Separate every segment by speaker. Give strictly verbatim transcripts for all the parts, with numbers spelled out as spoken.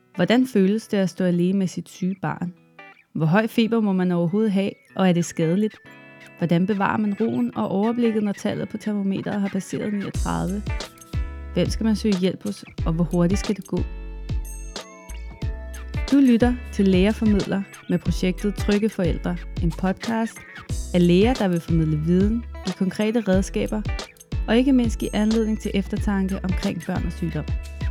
Speaker 1: Hvordan føles det at stå alene med sit syge barn? Hvor høj feber må man overhovedet have, og er det skadeligt? Hvordan bevarer man roen og overblikket, når tallet på termometeret har passeret niogtredive? Hvem skal man søge hjælp hos, og hvor hurtigt skal det gå? Du lytter til Læger Formidler med projektet Trygge Forældre, en podcast af læger, der vil formidle viden, give konkrete redskaber og ikke mindst give anledning til eftertanke omkring børn og sygdom.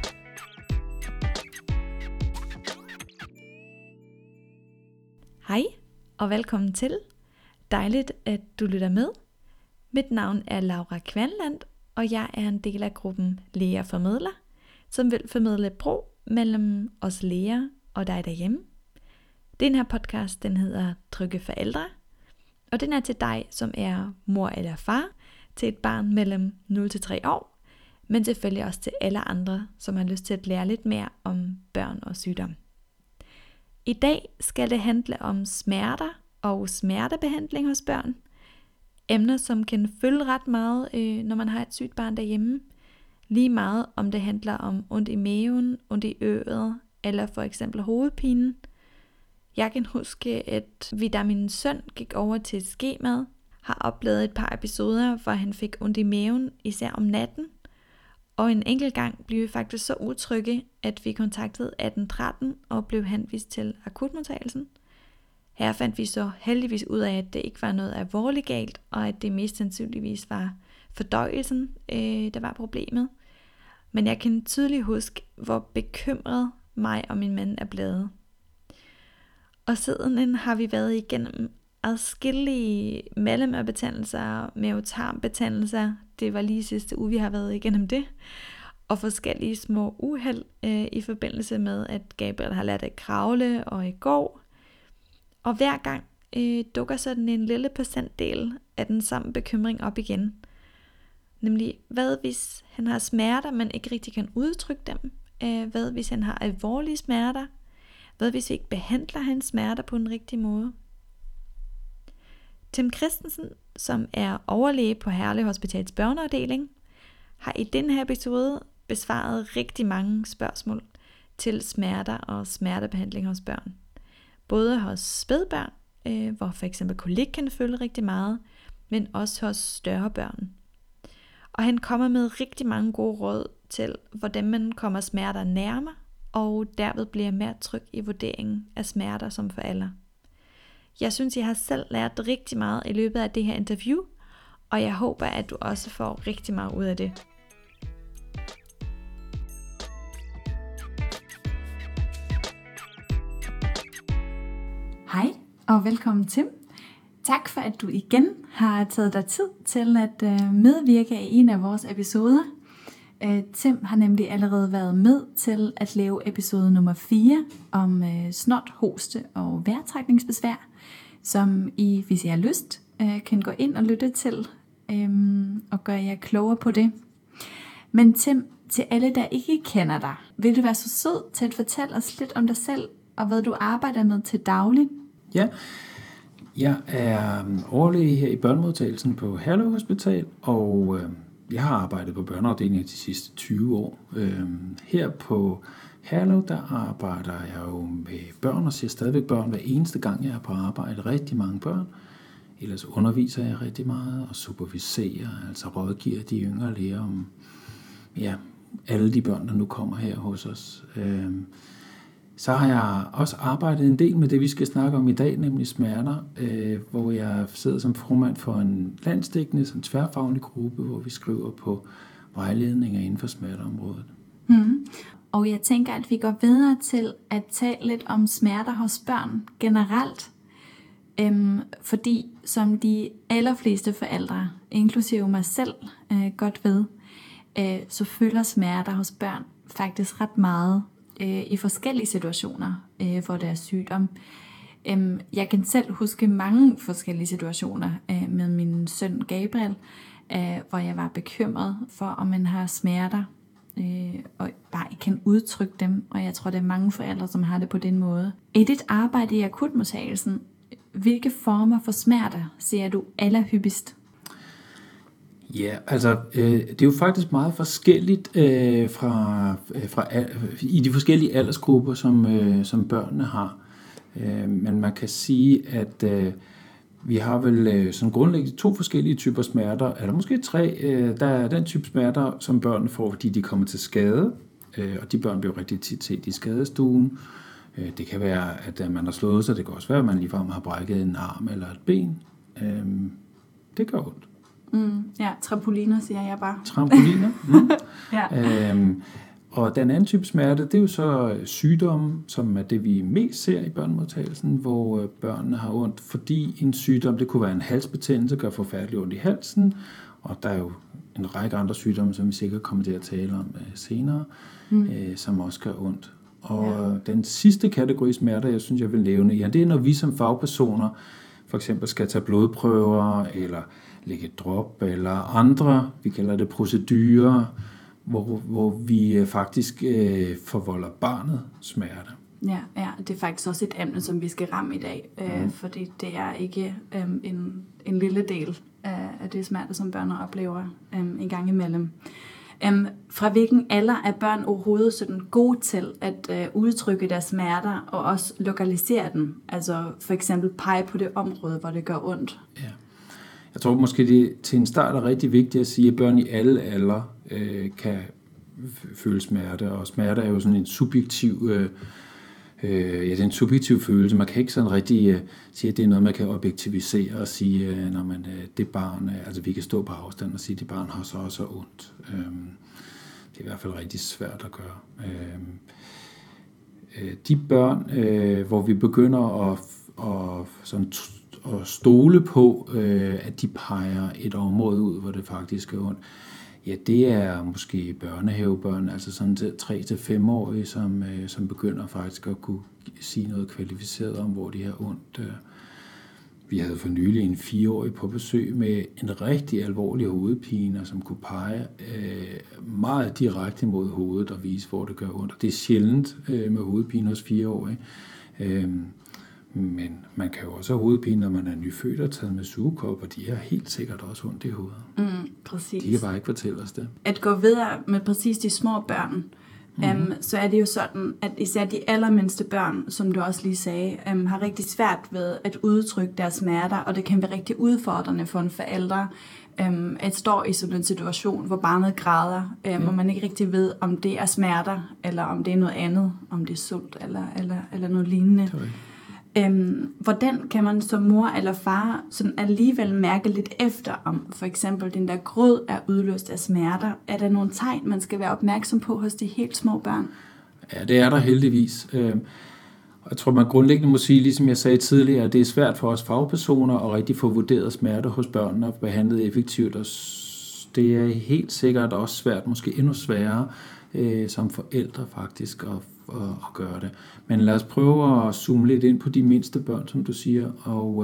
Speaker 2: Hej og velkommen til. Dejligt, at du lytter med. Mit navn er Laura Kvanland, og jeg er en del af gruppen Læger Formidler, som vil formidle bro mellem os læger og dig derhjemme. Den her podcast, den hedder Trygge Forældre, og den er til dig, som er mor eller far til et barn mellem nul til tre år, men selvfølgelig også til alle andre, som har lyst til at lære lidt mere om børn og sygdom. I dag skal det handle om smerter og smertebehandling hos børn. Emner, som kan fylde ret meget, øh, når man har et sygt barn derhjemme. Lige meget om det handler om ondt i maven, ondt i øret, eller for eksempel hovedpine. Jeg kan huske, at vi da min søn gik over til skemad, har oplevet et par episoder, hvor han fik ondt i maven, især om natten. Og en enkelt gang blev vi faktisk så utrygge, at vi kontaktede atten tretten og blev henvist til akutmodtagelsen. Her fandt vi så heldigvis ud af, at det ikke var noget alvorligt galt, og at det mest sandsynligvis var fordøjelsen, øh, der var problemet. Men jeg kan tydeligt huske, hvor bekymret mig og min mand er blevet. Og siden har vi været igennem adskillige mellemørebetændelser, mavetarmbetændelser. Det var lige sidste uge, vi har været igennem det. Og forskellige små uheld øh, i forbindelse med, at Gabriel har lært at kravle og i går. Og hver gang øh, dukker sådan en lille procentdel af den samme bekymring op igen. Nemlig, hvad hvis han har smerter, men ikke rigtig kan udtrykke dem? Øh, hvad hvis han har alvorlige smerter? Hvad hvis vi ikke behandler hans smerter på en rigtig måde? Tim Christensen, som er overlæge på Herlev Hospitals børneafdeling, har i den her episode besvaret rigtig mange spørgsmål til smerter og smertebehandling hos børn. Både hos spædbørn, øh, hvor for eksempel kolik kan føle rigtig meget, men også hos større børn. Og han kommer med rigtig mange gode råd til, hvordan man kommer smerter nærmere, og derved bliver mere tryg i vurderingen af smerter som forælder. Jeg synes, jeg har selv lært rigtig meget i løbet af det her interview, og jeg håber, at du også får rigtig meget ud af det.
Speaker 3: Hej og velkommen til. Tak for, at du igen har taget dig tid til at medvirke i en af vores episoder. Tim har nemlig allerede været med til at lave episode nummer fire om snot, hoste og vejrtrækningsbesvær, som I, hvis I har lyst, kan gå ind og lytte til og gøre jer klogere på det. Men Tim, til alle, der ikke kender dig, vil du være så sød til at fortælle os lidt om dig selv og hvad du arbejder med til daglig?
Speaker 4: Ja, jeg er overlæge her i børnemodtagelsen på Herlev Hospital, og jeg har arbejdet på børneafdelingen de sidste tyve år. Her på Herlev, der arbejder jeg jo med børn og ser stadigvæk børn hver eneste gang, jeg er på arbejde. Rigtig mange børn. Ellers underviser jeg rigtig meget og superviserer, altså rådgiver de yngre læger om ja, alle de børn, der nu kommer her hos os. Så har jeg også arbejdet en del med det, vi skal snakke om i dag, nemlig smerter, hvor jeg sidder som formand for en landsdækkende, en tværfaglig gruppe, hvor vi skriver på vejledninger inden for smerteområdet.
Speaker 3: Mm. Og jeg tænker, at vi går videre til at tale lidt om smerter hos børn generelt. Øhm, fordi som de allerfleste forældre, inklusive mig selv, øh, godt ved, øh, så føler smerter hos børn faktisk ret meget øh, i forskellige situationer, øh, hvor der er sygdom. Øhm, jeg kan selv huske mange forskellige situationer øh, med min søn Gabriel, øh, hvor jeg var bekymret for, om man har smerter, øh, og bare ikke kan udtrykke dem. Og jeg tror, det er mange forældre, som har det på den måde. I dit arbejde i akutmodtagelsen, hvilke former for smerter ser du allerhyppigst?
Speaker 4: Ja, altså øh, det er jo faktisk meget forskelligt øh, fra, fra, i de forskellige aldersgrupper, som, øh, som børnene har. Øh, men man kan sige, at øh, vi har vel øh, sådan grundlæggende to forskellige typer smerter, eller måske tre. Øh, der er den type smerter, som børn får, fordi de kommer til skade, øh, og de børn bliver rigtig tit set i skadestuen. Øh, det kan være, at man har slået sig, det kan også være, at man ligefrem har brækket en arm eller et ben. Øh, det gør ondt.
Speaker 3: Mm, ja, trampoliner, siger jeg bare.
Speaker 4: Trampoliner. Mm.
Speaker 3: ja.
Speaker 4: øhm, og den anden type smerte, det er jo så sygdomme, som er det, vi mest ser i børnemodtagelsen, hvor børnene har ondt, fordi en sygdom, det kunne være en halsbetændelse, gør forfærdeligt ondt i halsen, og der er jo en række andre sygdomme, som vi sikkert kommer til at tale om øh, senere, mm. øh, som også gør ondt. Og ja. Den sidste kategori smerter, jeg synes, jeg vil nævne, ja, det er, når vi som fagpersoner for eksempel skal tage blodprøver, eller lægge et drop, eller andre, vi kalder det procedurer, hvor, hvor vi faktisk øh, forvolder barnet smerte.
Speaker 3: Ja, ja, det er faktisk også et emne, som vi skal ramme i dag, øh, mm. fordi det er ikke øh, en, en lille del af, af det smerte, som børn oplever øh, en gang imellem. Um, fra hvilken alder er børn overhovedet sådan gode til at uh, udtrykke deres smerter og også lokalisere dem? Altså for eksempel pege på det område, hvor det gør ondt.
Speaker 4: Ja. Jeg tror måske, det til en start er rigtig vigtigt at sige, at børn i alle aldre øh, kan føle smerte, og smerte er jo sådan en subjektiv, øh, øh, ja, det er en subjektiv følelse. Man kan ikke sådan rigtig øh, sige, at det er noget, man kan objektivisere og sige, øh, når man øh, det barn, øh, altså vi kan stå på afstand og sige, at det barn har så også ondt. Øh, det er i hvert fald rigtig svært at gøre. Øh, øh, de børn, øh, hvor vi begynder at, at sådan at stole på, øh, at de peger et område ud, hvor det faktisk er ondt. Ja, det er måske børnehavebørn, altså sådan tre til fem årige, som, øh, som begynder faktisk at kunne sige noget kvalificeret om, hvor de har ondt. Vi havde for nylig en fireårig på besøg med en rigtig alvorlig hovedpine, som kunne pege øh, meget direkte mod hovedet og vise, hvor det gør ondt. Og det er sjældent øh, med hovedpine hos fireårige. Øh, Men man kan jo også have hovedpine, når man er nyfødt og taget med sugekop, og de har helt sikkert også ondt i hovedet.
Speaker 3: Mm, præcis.
Speaker 4: De kan bare ikke fortælle os det.
Speaker 3: At gå videre med præcis de små børn, mm-hmm. um, så er det jo sådan, at især de allermindste børn, som du også lige sagde, um, har rigtig svært ved at udtrykke deres smerter, og det kan være rigtig udfordrende for en forælder, um, at stå i sådan en situation, hvor barnet græder, um, ja. Og man ikke rigtig ved, om det er smerter, eller om det er noget andet, om det er sult, eller, eller, eller noget lignende. Øhm, hvordan kan man som mor eller far sådan alligevel mærke lidt efter, om for eksempel den der gråd er udløst af smerter? Er der nogle tegn, man skal være opmærksom på hos de helt små børn?
Speaker 4: Ja, det er der heldigvis. Jeg tror, man grundlæggende må sige, ligesom jeg sagde tidligere, at det er svært for os fagpersoner at rigtig få vurderet smerte hos børnene og behandlet effektivt. Og det er helt sikkert også svært, måske endnu sværere øh, som forældre faktisk at at gøre det. Men lad os prøve at zoome lidt ind på de mindste børn, som du siger. Og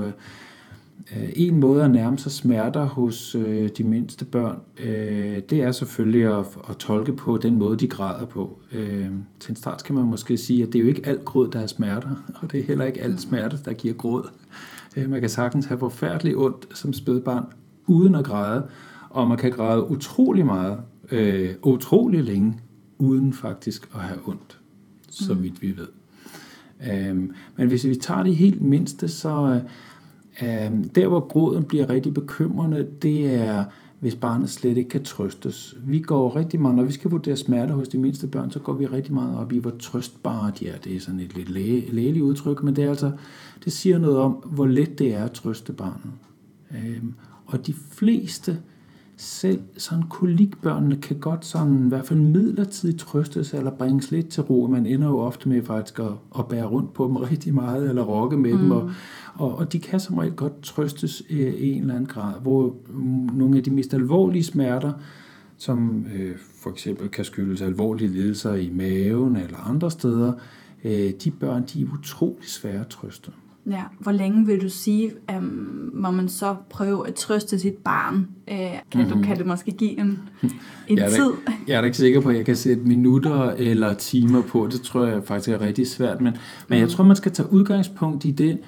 Speaker 4: øh, en måde at nærme sig smerter hos øh, de mindste børn, øh, det er selvfølgelig at, at tolke på den måde, de græder på. Øh, til en start kan man måske sige, at det er jo ikke alt gråd, der er smerter, og det er heller ikke alt smerte, der giver gråd. Øh, man kan sagtens have forfærdeligt ondt som spædbarn, uden at græde, og man kan græde utrolig meget, øh, utrolig længe, uden faktisk at have ondt. Så vidt vi ved. Øhm, men hvis vi tager de helt mindste, så øhm, der hvor gråden bliver rigtig bekymrende, det er, hvis barnet slet ikke kan trøstes. Vi går rigtig meget, når vi skal vurdere smerte hos de mindste børn, så går vi rigtig meget op i, hvor trøstbare de er. Det er sådan et lidt læge, lægeligt udtryk, men det, er altså, det siger noget om, hvor let det er at trøste barnet. Øhm, og de fleste selv sådan kolikbørnene kan godt sådan i hvert fald midlertidigt trøstes eller bringes lidt til ro. Man ender jo ofte med faktisk at, at bære rundt på dem rigtig meget eller rokke med mm. dem, og, og, og de kan som regel godt trøstes i, i en eller anden grad, hvor nogle af de mest alvorlige smerter, som øh, for eksempel kan skyldes alvorlige lidelser i maven eller andre steder, øh, de børn, de er utrolig svære at trøste.
Speaker 3: Ja, hvor længe vil du sige, um, må man så prøve at trøste sit barn? Uh, kan, mm-hmm. du, kan du måske give en, en
Speaker 4: jeg
Speaker 3: tid?
Speaker 4: Da, jeg er da ikke sikker på, at jeg kan sætte minutter eller timer på. Det tror jeg faktisk er rigtig svært. Men, men jeg tror, man skal tage udgangspunkt i det,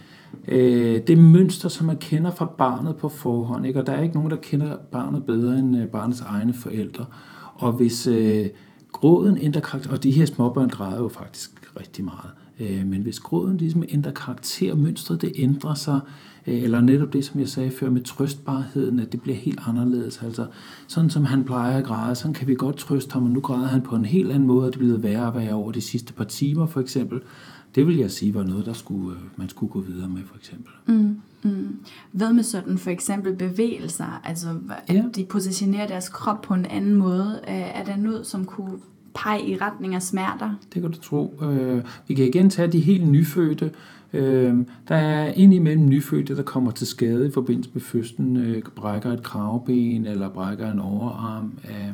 Speaker 4: øh, det mønster, som man kender fra barnet på forhånd. Ikke? Og der er ikke nogen, der kender barnet bedre end øh, barnets egne forældre. Og hvis øh, gråden ændrer karakter, og de her småbørn græder jo faktisk rigtig meget, øh, men hvis gråden ligesom ændrer karakter, mønstret det ændrer sig, øh, eller netop det, som jeg sagde før med trøstbarheden, at det bliver helt anderledes. Altså sådan som han plejer at græde, sådan kan vi godt trøste ham, og nu græder han på en helt anden måde, og det bliver værre og værre over de sidste par timer for eksempel. Det vil jeg sige var noget, der skulle, man skulle gå videre med, for eksempel.
Speaker 3: Mm, mm. Hvad med sådan for eksempel bevægelser? Altså, at
Speaker 4: ja.
Speaker 3: de positionerer deres krop på en anden måde. Er der noget, som kunne pege i retning af smerter?
Speaker 4: Det kan du tro. Vi kan igen tage de helt nyfødte. Der er indimellem nyfødte, der kommer til skade i forbindelse med fødslen, brækker et kravben eller brækker en overarm.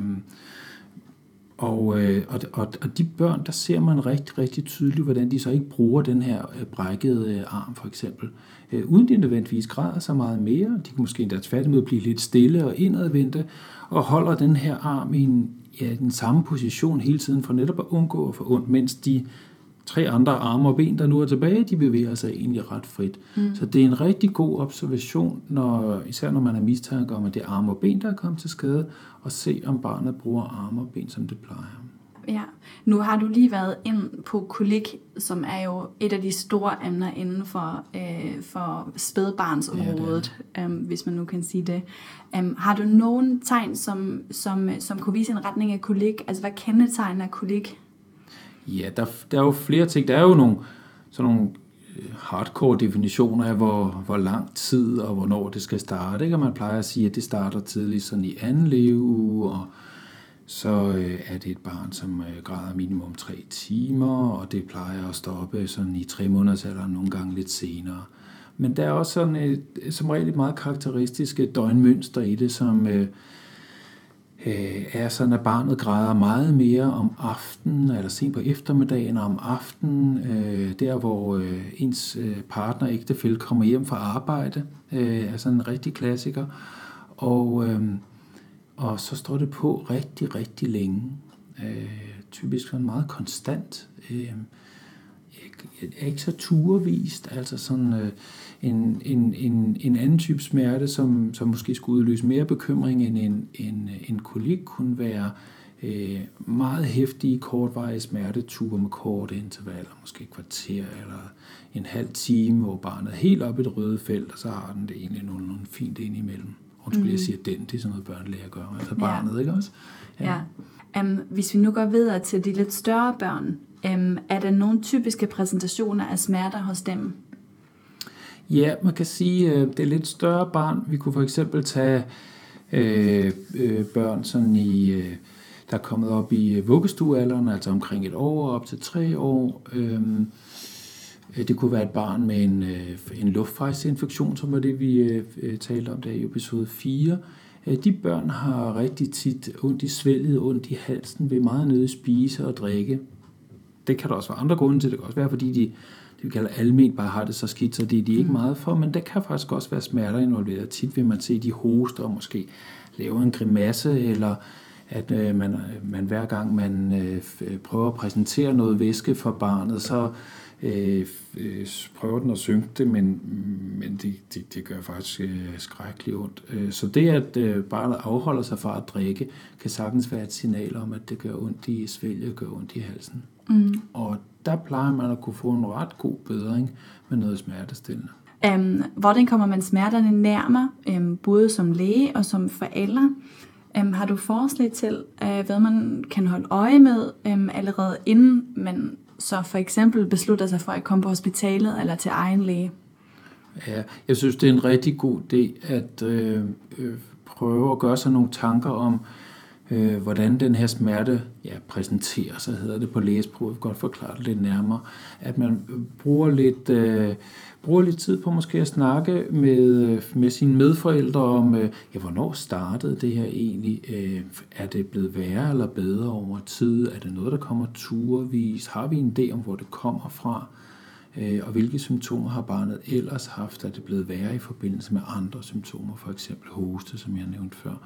Speaker 4: Og, øh, og, og, og de børn, der ser man rigtig, rigtig tydeligt, hvordan de så ikke bruger den her øh, brækkede øh, arm, for eksempel. Øh, uden de nødvendigvis græder så meget mere. De kan måske endda tværtimod blive lidt stille og indadvendte, og holder den her arm i en, ja, den samme position hele tiden, for netop at undgå at få ondt, mens de tre andre arme og ben, der nu er tilbage, de bevæger sig egentlig ret frit. Mm. Så det er en rigtig god observation, når, især når man er mistanke om, at det er arme og ben, der er kommet til skade, og se, om barnet bruger arme og ben, som det plejer.
Speaker 3: Ja, nu har du lige været ind på kolik, som er jo et af de store emner inden for, øh, for spædbarnsområdet, ja, um, hvis man nu kan sige det. Um, har du nogle tegn, som, som, som kunne vise en retning af kolik? Altså, hvad kendetegner kolik?
Speaker 4: Ja, der, der er jo flere ting. Der er jo nogle, sådan nogle hardcore definitioner af, hvor, hvor lang tid og hvornår det skal starte. Ikke? Og man plejer at sige, at det starter tidligt sådan i anden leveuge, og så øh, er det et barn, som øh, græder minimum tre timer, og det plejer at stoppe sådan i tre måneders alderen, nogle gange lidt senere. Men der er også sådan et, som regel et meget karakteristisk døgnmønster i det, som øh, er sådan, at barnet græder meget mere om aftenen, eller sent på eftermiddagen og om aftenen, øh, der hvor øh, ens øh, partner, ægtefælle, kommer hjem fra arbejde, øh, er sådan en rigtig klassiker. Og, øh, og så står det på rigtig, rigtig længe. Øh, typisk sådan meget konstant. Øh, er ikke så turvist, altså sådan øh, en, en, en, en anden type smerte, som, som måske skulle udløse mere bekymring end en, en, en kolik, kunne være øh, meget heftige, kortvarige smerteture med korte intervaller, måske et kvarter eller en halv time, hvor barnet er helt oppe i det røde felt, og så har den det egentlig nogle, nogle fint indimellem. Undskyld, mm. jeg siger den, det er sådan noget børnelæger gør, altså barnet, ja. Ikke også?
Speaker 3: Ja. Ja. Um, hvis vi nu går videre til de lidt større børn, Um, er der nogle typiske præsentationer af smerter hos dem?
Speaker 4: Ja, man kan sige, at det er lidt større barn. Vi kunne for eksempel tage øh, øh, børn, sådan i, øh, der er kommet op i vuggestuealderen, altså omkring et år op til tre år. Øh, det kunne være et barn med en, øh, en luftvejsinfektion, som var det, vi øh, talte om der i episode fire. De børn har rigtig tit ondt i svælget, ondt i halsen, vil meget nødig spise og drikke. Det kan der også være andre grunde til. Det kan også være, fordi de, det vi kalder alment, bare har det så skidt, så det er de ikke meget for. Men der kan faktisk også være smerter involveret. Tit vil man se, de hoster og måske laver en grimasse, eller at øh, man, man hver gang man øh, prøver at præsentere noget væske for barnet, så øh, øh, prøver den at synke det, men, men det, det, det gør faktisk øh, skrækkeligt ondt. Så det, at øh, barnet afholder sig fra at drikke, kan sagtens være et signal om, at det gør ondt i svælget, gør ondt i halsen. Mm. Og der plejer man at kunne få en ret god bedring med noget smertestillende.
Speaker 3: Um, hvordan kommer man smerterne nærmere, um, både som læge og som forældre? Um, har du forslag til, uh, hvad man kan holde øje med um, allerede inden man så for eksempel beslutter sig for at komme på hospitalet eller til egen læge?
Speaker 4: Ja, jeg synes, det er en rigtig god idé at øh, øh, prøve at gøre sig nogle tanker om, øh, hvordan den her smerte ja, præsenterer sig, hedder det på lægesprog. Jeg vil godt forklare det lidt nærmere. At man bruger lidt, øh, bruger lidt tid på måske at snakke med, med sine medforældre om, øh, ja, hvornår startede det her egentlig? Øh, er det blevet værre eller bedre over tid? Er det noget, der kommer turvis? Har vi en idé om, hvor det kommer fra? Øh, og hvilke symptomer har barnet ellers haft? Er det blevet værre i forbindelse med andre symptomer, for eksempel hoste, som jeg nævnte før?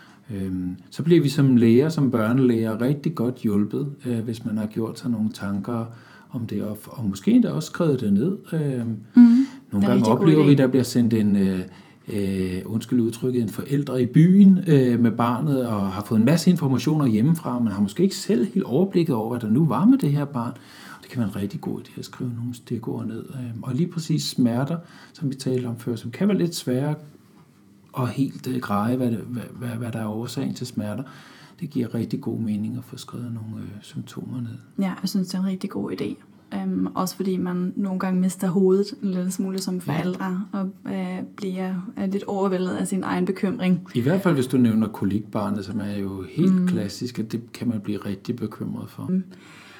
Speaker 4: Så bliver vi som læger, som børnelæger, rigtig godt hjulpet, hvis man har gjort sig nogle tanker om det, og måske endda også skrevet det ned. Mm. Nogle gange oplever vi, at der bliver sendt en, øh, øh, undskyld udtrykket, en forældre i byen øh, med barnet, og har fået en masse informationer hjemmefra, men har måske ikke selv helt overblikket over, hvad der nu var med det her barn. Og det kan være en rigtig god idé at skrive nogle stikord ned. Øh, og lige præcis smerter, som vi talte om før, som kan være lidt svære at helt øh, greje, hvad, det, hvad, hvad, hvad der er årsagen til smerter. Det giver rigtig god mening at få skrevet nogle øh, symptomer ned.
Speaker 3: Ja, jeg synes, det er en rigtig god idé. Um, også fordi man nogle gange mister hovedet en lille smule som forældre, og uh, bliver uh, lidt overvældet af sin egen bekymring.
Speaker 4: I hvert fald, hvis du nævner kolikbarnet, som er jo helt mm. klassisk, at det kan man blive rigtig bekymret for.
Speaker 3: Mm.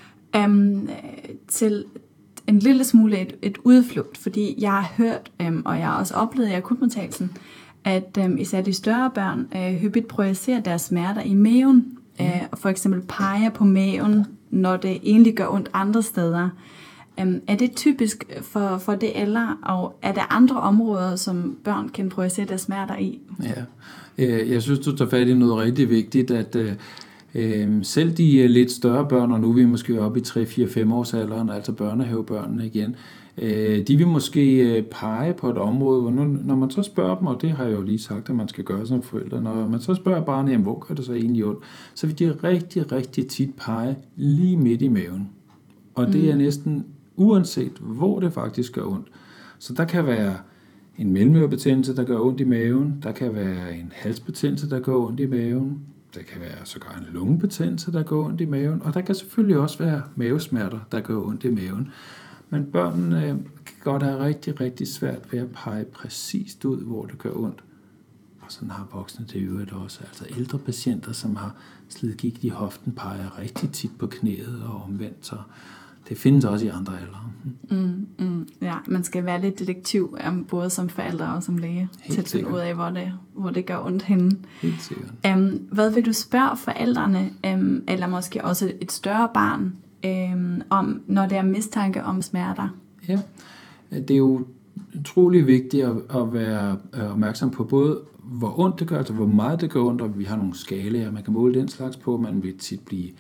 Speaker 3: Um, til en lille smule et, et udflugt, fordi jeg har hørt, um, og jeg har også oplevet i akutmodtagelsen, at um, især de større børn uh, hyppigt projicerer deres smerter i maven, mm. uh, og for eksempel peger på maven, når det egentlig gør ondt andre steder. Um, er det typisk for, for det alder, og er der andre områder, som børn kan projicere deres smerter i?
Speaker 4: Ja, jeg synes, du tager fat i noget rigtig vigtigt, at øh, selv de lidt større børn, og nu er vi måske oppe i tre, fire, fem års alderen, altså børnehavebørnene igen, øh, de vil måske pege på et område, hvor nu, når man så spørger dem, og det har jeg jo lige sagt, at man skal gøre som forældre, når man så spørger barnet, jamen, hvor gør det så egentlig ondt, så vil de rigtig, rigtig tit pege lige midt i maven. Og det mm. er næsten uanset, hvor det faktisk gør ondt. Så der kan være en mellemørebetændelse, der gør ondt i maven. Der kan være en halsbetændelse, der gør ondt i maven. Der kan være sågar en lungebetændelse, der gør ondt i maven. Og der kan selvfølgelig også være mavesmerter, der gør ondt i maven. Men børnene kan godt have rigtig, rigtig svært ved at pege præcist ud, hvor det gør ondt. Og sådan har voksne det i øvrigt også. Altså ældre patienter, som har slidgigt i hoften, peger rigtig tit på knæet og omvendt. Så det findes også i andre aldre.
Speaker 3: Mm, mm, ja, man skal være lidt detektiv, både som forælder og som læge,
Speaker 4: Helt
Speaker 3: til at finde ud af, hvor det, hvor det gør ondt henne.
Speaker 4: Helt sikkert.
Speaker 3: Um, hvad vil du spørge forældrene, um, eller måske også et større barn, um, om, når der er mistanke om smerter?
Speaker 4: Ja, det er jo utrolig vigtigt at, at være opmærksom på både, hvor ondt det gør, altså hvor meget det gør ondt, og vi har nogle skalaer, man kan måle den slags på. Man vil tit blive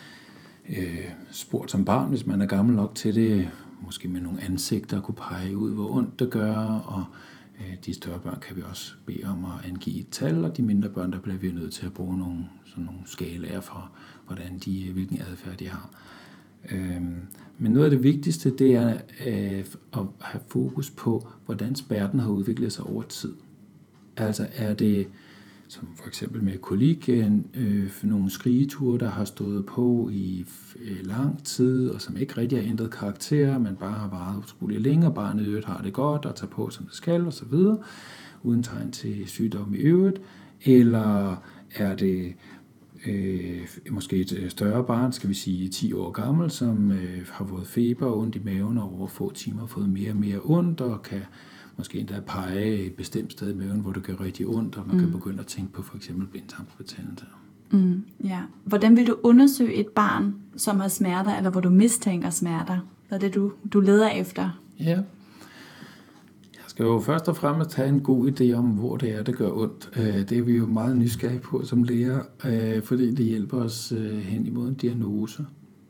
Speaker 4: øh, spurgt som barn, hvis man er gammel nok til det, måske med nogle ansigter kunne pege ud, hvor ondt det gør, og øh, de større børn kan vi også bede om at angive et tal, og de mindre børn, der bliver vi nødt til at bruge nogle, sådan nogle skalaer for, hvordan de, hvilken adfærd de har. Øh, men noget af det vigtigste, det er øh, at have fokus på, hvordan smerten har udviklet sig over tid. Altså er det, som for eksempel med kolik, øh, nogle skrigeture, der har stået på i øh, lang tid, og som ikke rigtig har ændret karakter, men bare har varet utrolig længe, og barnet i øvrigt har det godt, og tager på, som det skal, og så videre, uden tegn til sygdom i øvrigt. Eller er det øh, måske et større barn, skal vi sige ti år gammel, som øh, har fået feber og ondt i maven, og over få timer har fået mere og mere ondt, og kan måske endda pege et bestemt sted i maven, hvor det gør rigtig ondt, og man mm. kan begynde at tænke på for eksempel blindtarmsbetændelse.
Speaker 3: Mm, ja. Hvordan vil du undersøge et barn, som har smerter, eller hvor du mistænker smerter? Hvad er det, du, du leder efter?
Speaker 4: Ja. Jeg skal jo først og fremmest have en god idé om, hvor det er, det gør ondt. Det er vi jo meget nysgerrige på som læger, fordi det hjælper os hen imod en diagnose.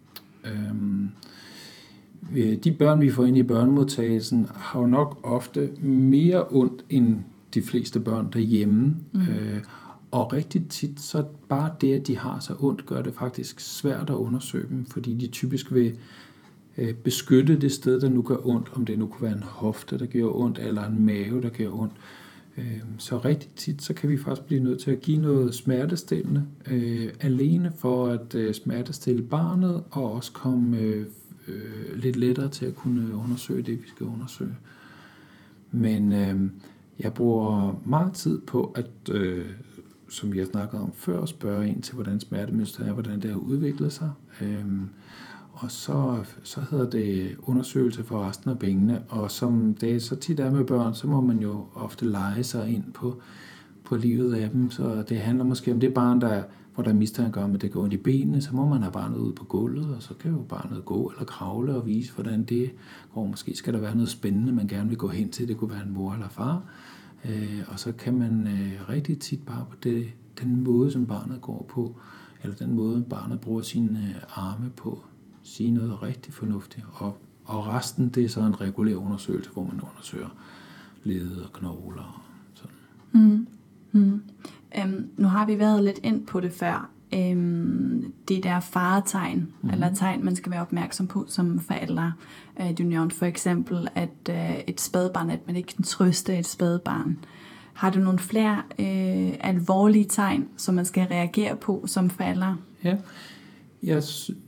Speaker 4: De børn, vi får ind i børnemodtagelsen, har jo nok ofte mere ondt end de fleste børn derhjemme. Mm. Øh, og rigtig tit, så bare det, at de har så ondt, gør det faktisk svært at undersøge dem, fordi de typisk vil øh, beskytte det sted, der nu gør ondt, om det nu kunne være en hofte, der gør ondt, eller en mave, der gør ondt. Øh, så rigtig tit, så kan vi faktisk blive nødt til at give noget smertestillende, øh, alene for at øh, smertestille barnet, og også komme øh, Øh, lidt lettere til at kunne undersøge det, vi skal undersøge. Men øh, jeg bruger meget tid på at, øh, som jeg snakkede om før, spørge ind til, hvordan smertemønstret er, hvordan det har udviklet sig. Øh, og så, så hedder det undersøgelse for resten af benene. Og som det så tit er med børn, så må man jo ofte lege sig ind på, på livet af dem. Så det handler måske om det barn, der hvor der er mistanke om, at det går ondt i benene, så må man have barnet ud på gulvet, og så kan jo barnet gå eller kravle og vise, hvordan det går. Måske skal der være noget spændende, man gerne vil gå hen til. Det kunne være en mor eller far. Øh, og så kan man øh, rigtig tit bare på det, den måde, som barnet går på, eller den måde, barnet bruger sine øh, arme på, sige noget rigtig fornuftigt. Og Og resten, det er så en regulær undersøgelse, hvor man undersøger led og knogler. Sådan.
Speaker 3: Mm. Mm. Um, nu har vi været lidt ind på det før. Um, det der faretegn, mm-hmm. eller tegn, man skal være opmærksom på som forældre. Uh, du nævnte for eksempel, at uh, et spædbarn, at man ikke kan trøste et spædbarn. Har du nogle flere uh, alvorlige tegn, som man skal reagere på som forældre?
Speaker 4: Ja, jeg,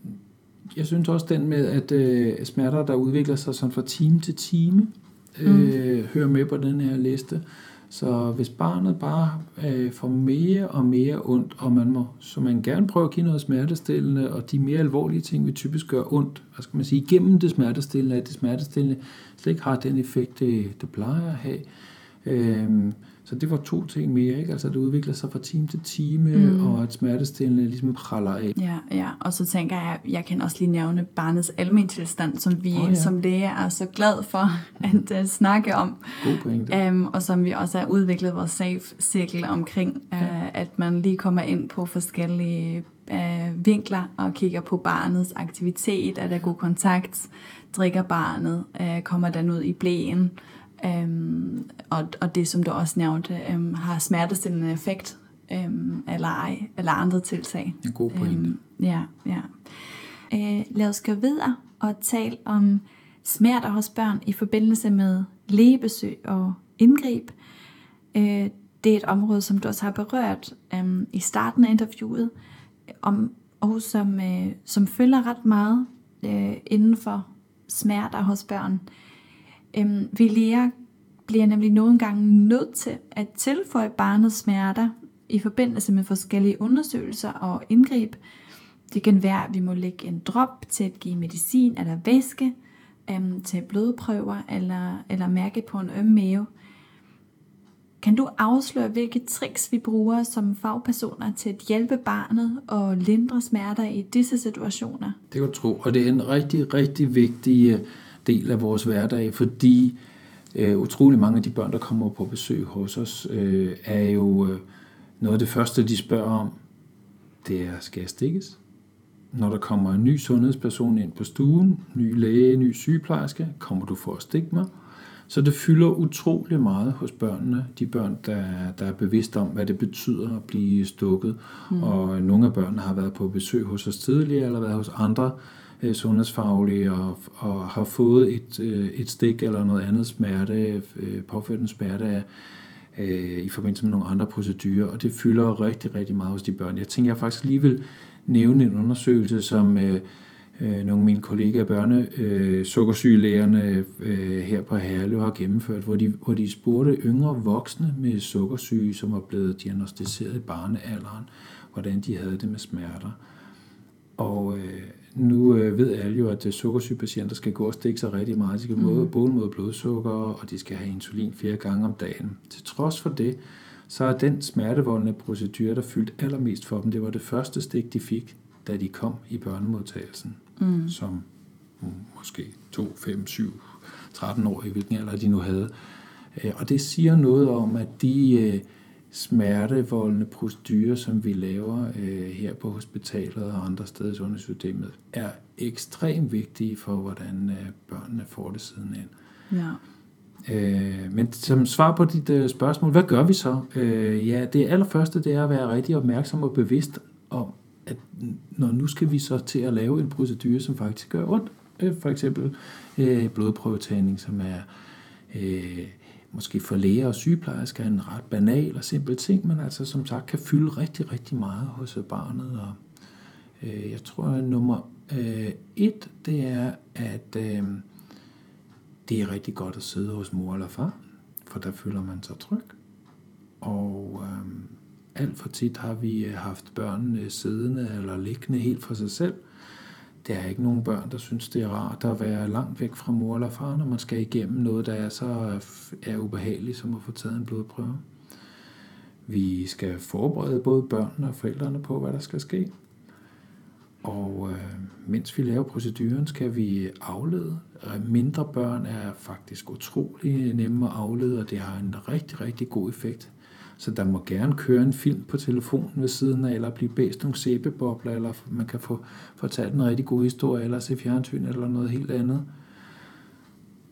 Speaker 4: jeg synes også den med, at uh, smerter, der udvikler sig sådan fra time til time, uh, mm. hører med på den her liste. Så hvis barnet bare øh, får mere og mere ondt, og man må, så man gerne prøve at give noget smertestillende, og de mere alvorlige ting vil typisk gøre ondt, hvad skal man sige, igennem det smertestillende, at det smertestillende slet ikke har den effekt, det, det plejer at have. Øhm, så det var to ting mere, ikke? Altså det udvikler sig fra time til time, mm. og at smertestillende ligesom praller af.
Speaker 3: Ja, ja, og så tænker jeg, jeg kan også lige nævne barnets almentilstand, som vi oh, ja. som læger er så glad for at uh, snakke om.
Speaker 4: God pointe.
Speaker 3: Um, og som vi også har udviklet vores safe-cirkel omkring, uh, ja. at man lige kommer ind på forskellige uh, vinkler og kigger på barnets aktivitet, er der god kontakt, drikker barnet, uh, kommer den ud i blæen, um, og, og det som du også nævnte, um, har smertestillende effekt, um, eller ej, eller andre tiltag.
Speaker 4: En god pointe. Um,
Speaker 3: ja, ja. Uh, lad os gå videre og tale om smerter hos børn i forbindelse med lægebesøg og indgreb. Uh, det er et område, som du også har berørt um, i starten af interviewet, om, og som, uh, som følger ret meget uh, inden for smerter hos børn. Um, vi læger bliver nemlig nogle gange nødt til at tilføje barnets smerter i forbindelse med forskellige undersøgelser og indgreb. Det kan være, at vi må lægge en drop til at give medicin eller væske, um, til blodprøver eller, eller mærke på en øm mave. Kan du afsløre, hvilke tricks vi bruger som fagpersoner til at hjælpe barnet og lindre smerter i disse situationer?
Speaker 4: Det kan du tro, og det er en rigtig, rigtig vigtig del af vores hverdag, fordi øh, utrolig mange af de børn, der kommer på besøg hos os, øh, er jo øh, noget af det første, de spørger om, det er, skal jeg stikkes? Når der kommer en ny sundhedsperson ind på stuen, ny læge, ny sygeplejerske, kommer du for at stikke mig? Så det fylder utrolig meget hos børnene, de børn, der, der er bevidste om, hvad det betyder at blive stukket. Mm. Og nogle af børnene har været på besøg hos os tidligere, eller været hos andre øh, sundhedsfaglige, og, og har fået et, øh, et stik eller noget andet smerte, øh, påført en smerte af, øh, i forbindelse med nogle andre procedurer. Og det fylder rigtig, rigtig meget hos de børn. Jeg tænker, jeg faktisk lige vil nævne en undersøgelse, som øh, nogle af mine kollegaer, børne, øh, sukkersygelægerne øh, her på Herlev har gennemført, hvor de, hvor de spurgte yngre voksne med sukkersyge, som var blevet diagnosticeret i barnealderen, hvordan de havde det med smerter. Og øh, nu øh, ved alle jo, at sukkersygepatienter skal gå og stikke sig rigtig meget. De skal både, både mod blodsukker, og de skal have insulin flere gange om dagen. Til trods for det, så er den smertevoldende procedure, der fyldte allermest for dem, det var det første stik, de fik, da de kom i børnemodtagelsen, mm. som måske to, fem, syv, tretten år, i hvilken alder de nu havde. Og det siger noget om, at de smertevoldende procedurer, som vi laver her på hospitalet og andre steder i sundhedssystemet, er ekstremt vigtige for, hvordan børnene får det sidenhen.
Speaker 3: Ja.
Speaker 4: Men som svar på dit spørgsmål, hvad gør vi så? Ja, det allerførste, det er at være rigtig opmærksom og bevidst om, at når nu skal vi så til at lave en procedure, som faktisk gør ondt. For eksempel øh, blodprøvetagning, som er øh, måske for læger og sygeplejersker en ret banal og simpel ting, men altså som sagt kan fylde rigtig, rigtig meget hos barnet. Og, øh, jeg tror, at nummer øh, et, det er, at øh, det er rigtig godt at sidde hos mor eller far, for der føler man sig tryg. Og øh, alt for tit har vi haft børnene siddende eller liggende helt for sig selv. Der er ikke nogen børn, der synes, det er rart at være langt væk fra mor eller far, når man skal igennem noget, der er så er ubehageligt, som at få taget en blodprøve. Vi skal forberede både børnene og forældrene på, hvad der skal ske. Og øh, mens vi laver proceduren, skal vi aflede. Mindre børn er faktisk utrolig nemme at aflede, og det har en rigtig, rigtig god effekt. Så der må gerne køre en film på telefonen ved siden af, eller blive bæst nogle sæbebobler, eller man kan få fortalt en rigtig god historie, eller se fjernsyn, eller noget helt andet.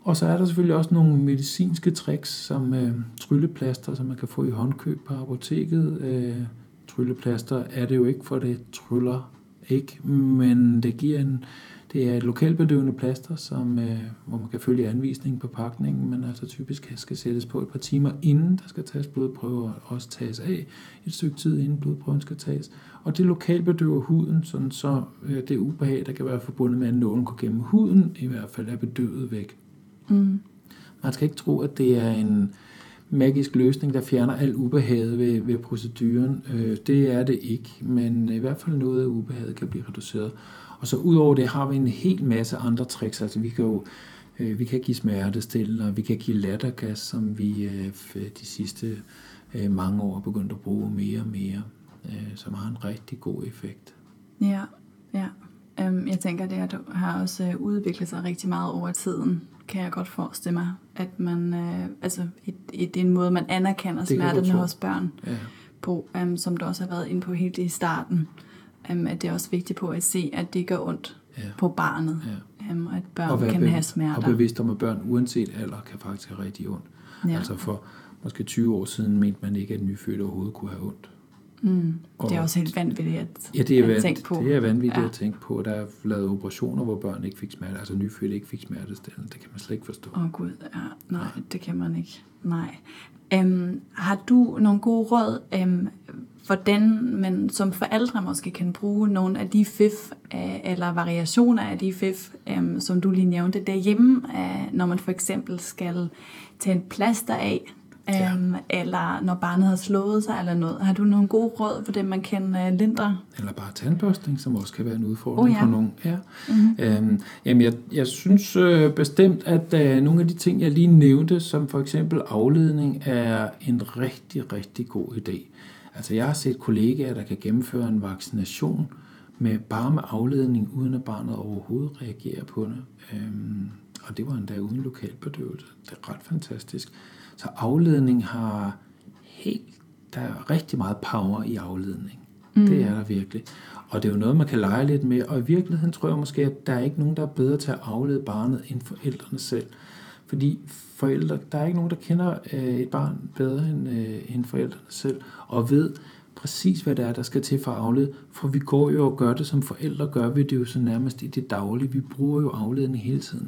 Speaker 4: Og så er der selvfølgelig også nogle medicinske tricks, som øh, trylleplaster, som man kan få i håndkøb på apoteket. Øh, trylleplaster er det jo ikke, for det tryller ikke, men det giver en, det er et lokalbedøvende plaster, som, øh, hvor man kan følge anvisningen på pakningen, men altså typisk skal sættes på et par timer inden der skal tages blodprøver, og også tages af et stykke tid inden blodprøven skal tages. Og det lokalbedøver huden, sådan så øh, det ubehag, der kan være forbundet med, at nålen går gennem huden, i hvert fald er bedøvet væk.
Speaker 3: Mm.
Speaker 4: Man skal ikke tro, at det er en magisk løsning, der fjerner al ubehaget ved, ved proceduren. Øh, det er det ikke, men i hvert fald noget af ubehaget kan blive reduceret. Og så udover det har vi en hel masse andre tricks. Altså vi kan jo øh, vi kan give smertestillende, og vi kan give lattergas, som vi øh, de sidste øh, mange år er begyndt at bruge mere og mere, øh, som har en rigtig god effekt.
Speaker 3: Ja, ja. Um, jeg tænker, det her har også uh, udviklet sig rigtig meget over tiden, kan jeg godt forestille mig, at man, uh, altså, et, et, det er en måde, man anerkender smerterne hos børn
Speaker 4: ja.
Speaker 3: på, um, som du også har været inde på helt i starten, um, at det er også vigtigt på at se, at det gør ondt ja. på barnet, ja. um, og at børn og kan bev- have smerter.
Speaker 4: Og bevidst om, at børn uanset alder kan faktisk have rigtig ondt. Ja. Altså for måske tyve år siden mente man ikke, at nyfødte overhovedet kunne have ondt.
Speaker 3: Mm. Det er også helt vanvittigt at,
Speaker 4: ja, det er
Speaker 3: at
Speaker 4: vand,
Speaker 3: tænke på.
Speaker 4: Det er vanvittigt
Speaker 3: ja.
Speaker 4: at tænke på. Der er lavet operationer, hvor børn ikke fik smerte, altså nyfødte ikke fik smertestillende. Det kan man slet ikke forstå.
Speaker 3: Åh oh, gud, ja. Nej, det kan man ikke. Nej. Um, har du nogle gode råd, um, hvordan man som forældre måske kan bruge nogle af de fif, uh, eller variationer af de fif, um, som du lige nævnte derhjemme, uh, når man for eksempel skal tage en plaster af, Ja. Um, eller når barnet har slået sig eller noget. Har du nogle gode råd for det, man kan uh, lindre?
Speaker 4: Eller bare tandbørstning, som også kan være en udfordring
Speaker 3: oh, ja.
Speaker 4: for nogen. Ja. Mm-hmm. Um, jamen jeg, jeg synes uh, bestemt, at uh, nogle af de ting, jeg lige nævnte, som for eksempel afledning, er en rigtig, rigtig god idé. Altså jeg har set kollegaer, der kan gennemføre en vaccination med bare med afledning, uden at barnet overhovedet reagerer på det. Um, og det var endda uden lokalbedøvelse. Det er ret fantastisk. Så afledning har helt, der er rigtig meget power i afledning. Mm. Det er der virkelig. Og det er jo noget, man kan lege lidt med. Og i virkeligheden tror jeg måske, at der er ikke nogen, der er bedre til at aflede barnet end forældrene selv. Fordi forældre, der er ikke nogen, der kender øh, et barn bedre end, øh, end forældrene selv. Og ved præcis, hvad det er, der skal til for at aflede. For vi går jo og gør det, som forældre gør vi det jo så nærmest i det daglige. Vi bruger jo afledning hele tiden.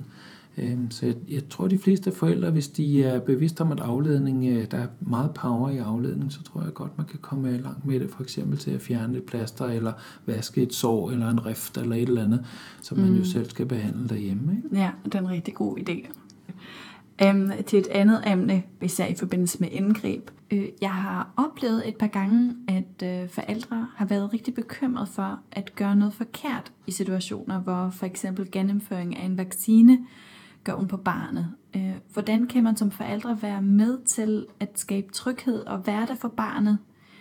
Speaker 4: Så jeg, jeg tror, de fleste forældre, hvis de er bevidste om, at afledning, der er meget power i afledning, så tror jeg godt, man kan komme langt med det. For eksempel til at fjerne et plaster, eller vaske et sår, eller en rift, eller et eller andet, som man mm. jo selv skal behandle derhjemme. Ikke?
Speaker 3: Ja, det er en rigtig god idé. Um, til et andet emne, især i forbindelse med indgreb. Uh, jeg har oplevet et par gange, at uh, forældre har været rigtig bekymret for at gøre noget forkert i situationer, hvor for eksempel gennemføring af en vaccine gør ondt på barnet. Uh, hvordan kan man som forældre være med til at skabe tryghed og være der for barnet,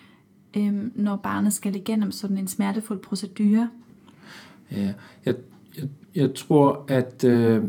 Speaker 3: um, når barnet skal igennem sådan en smertefuld procedure?
Speaker 4: Ja, jeg, jeg, jeg tror, at øh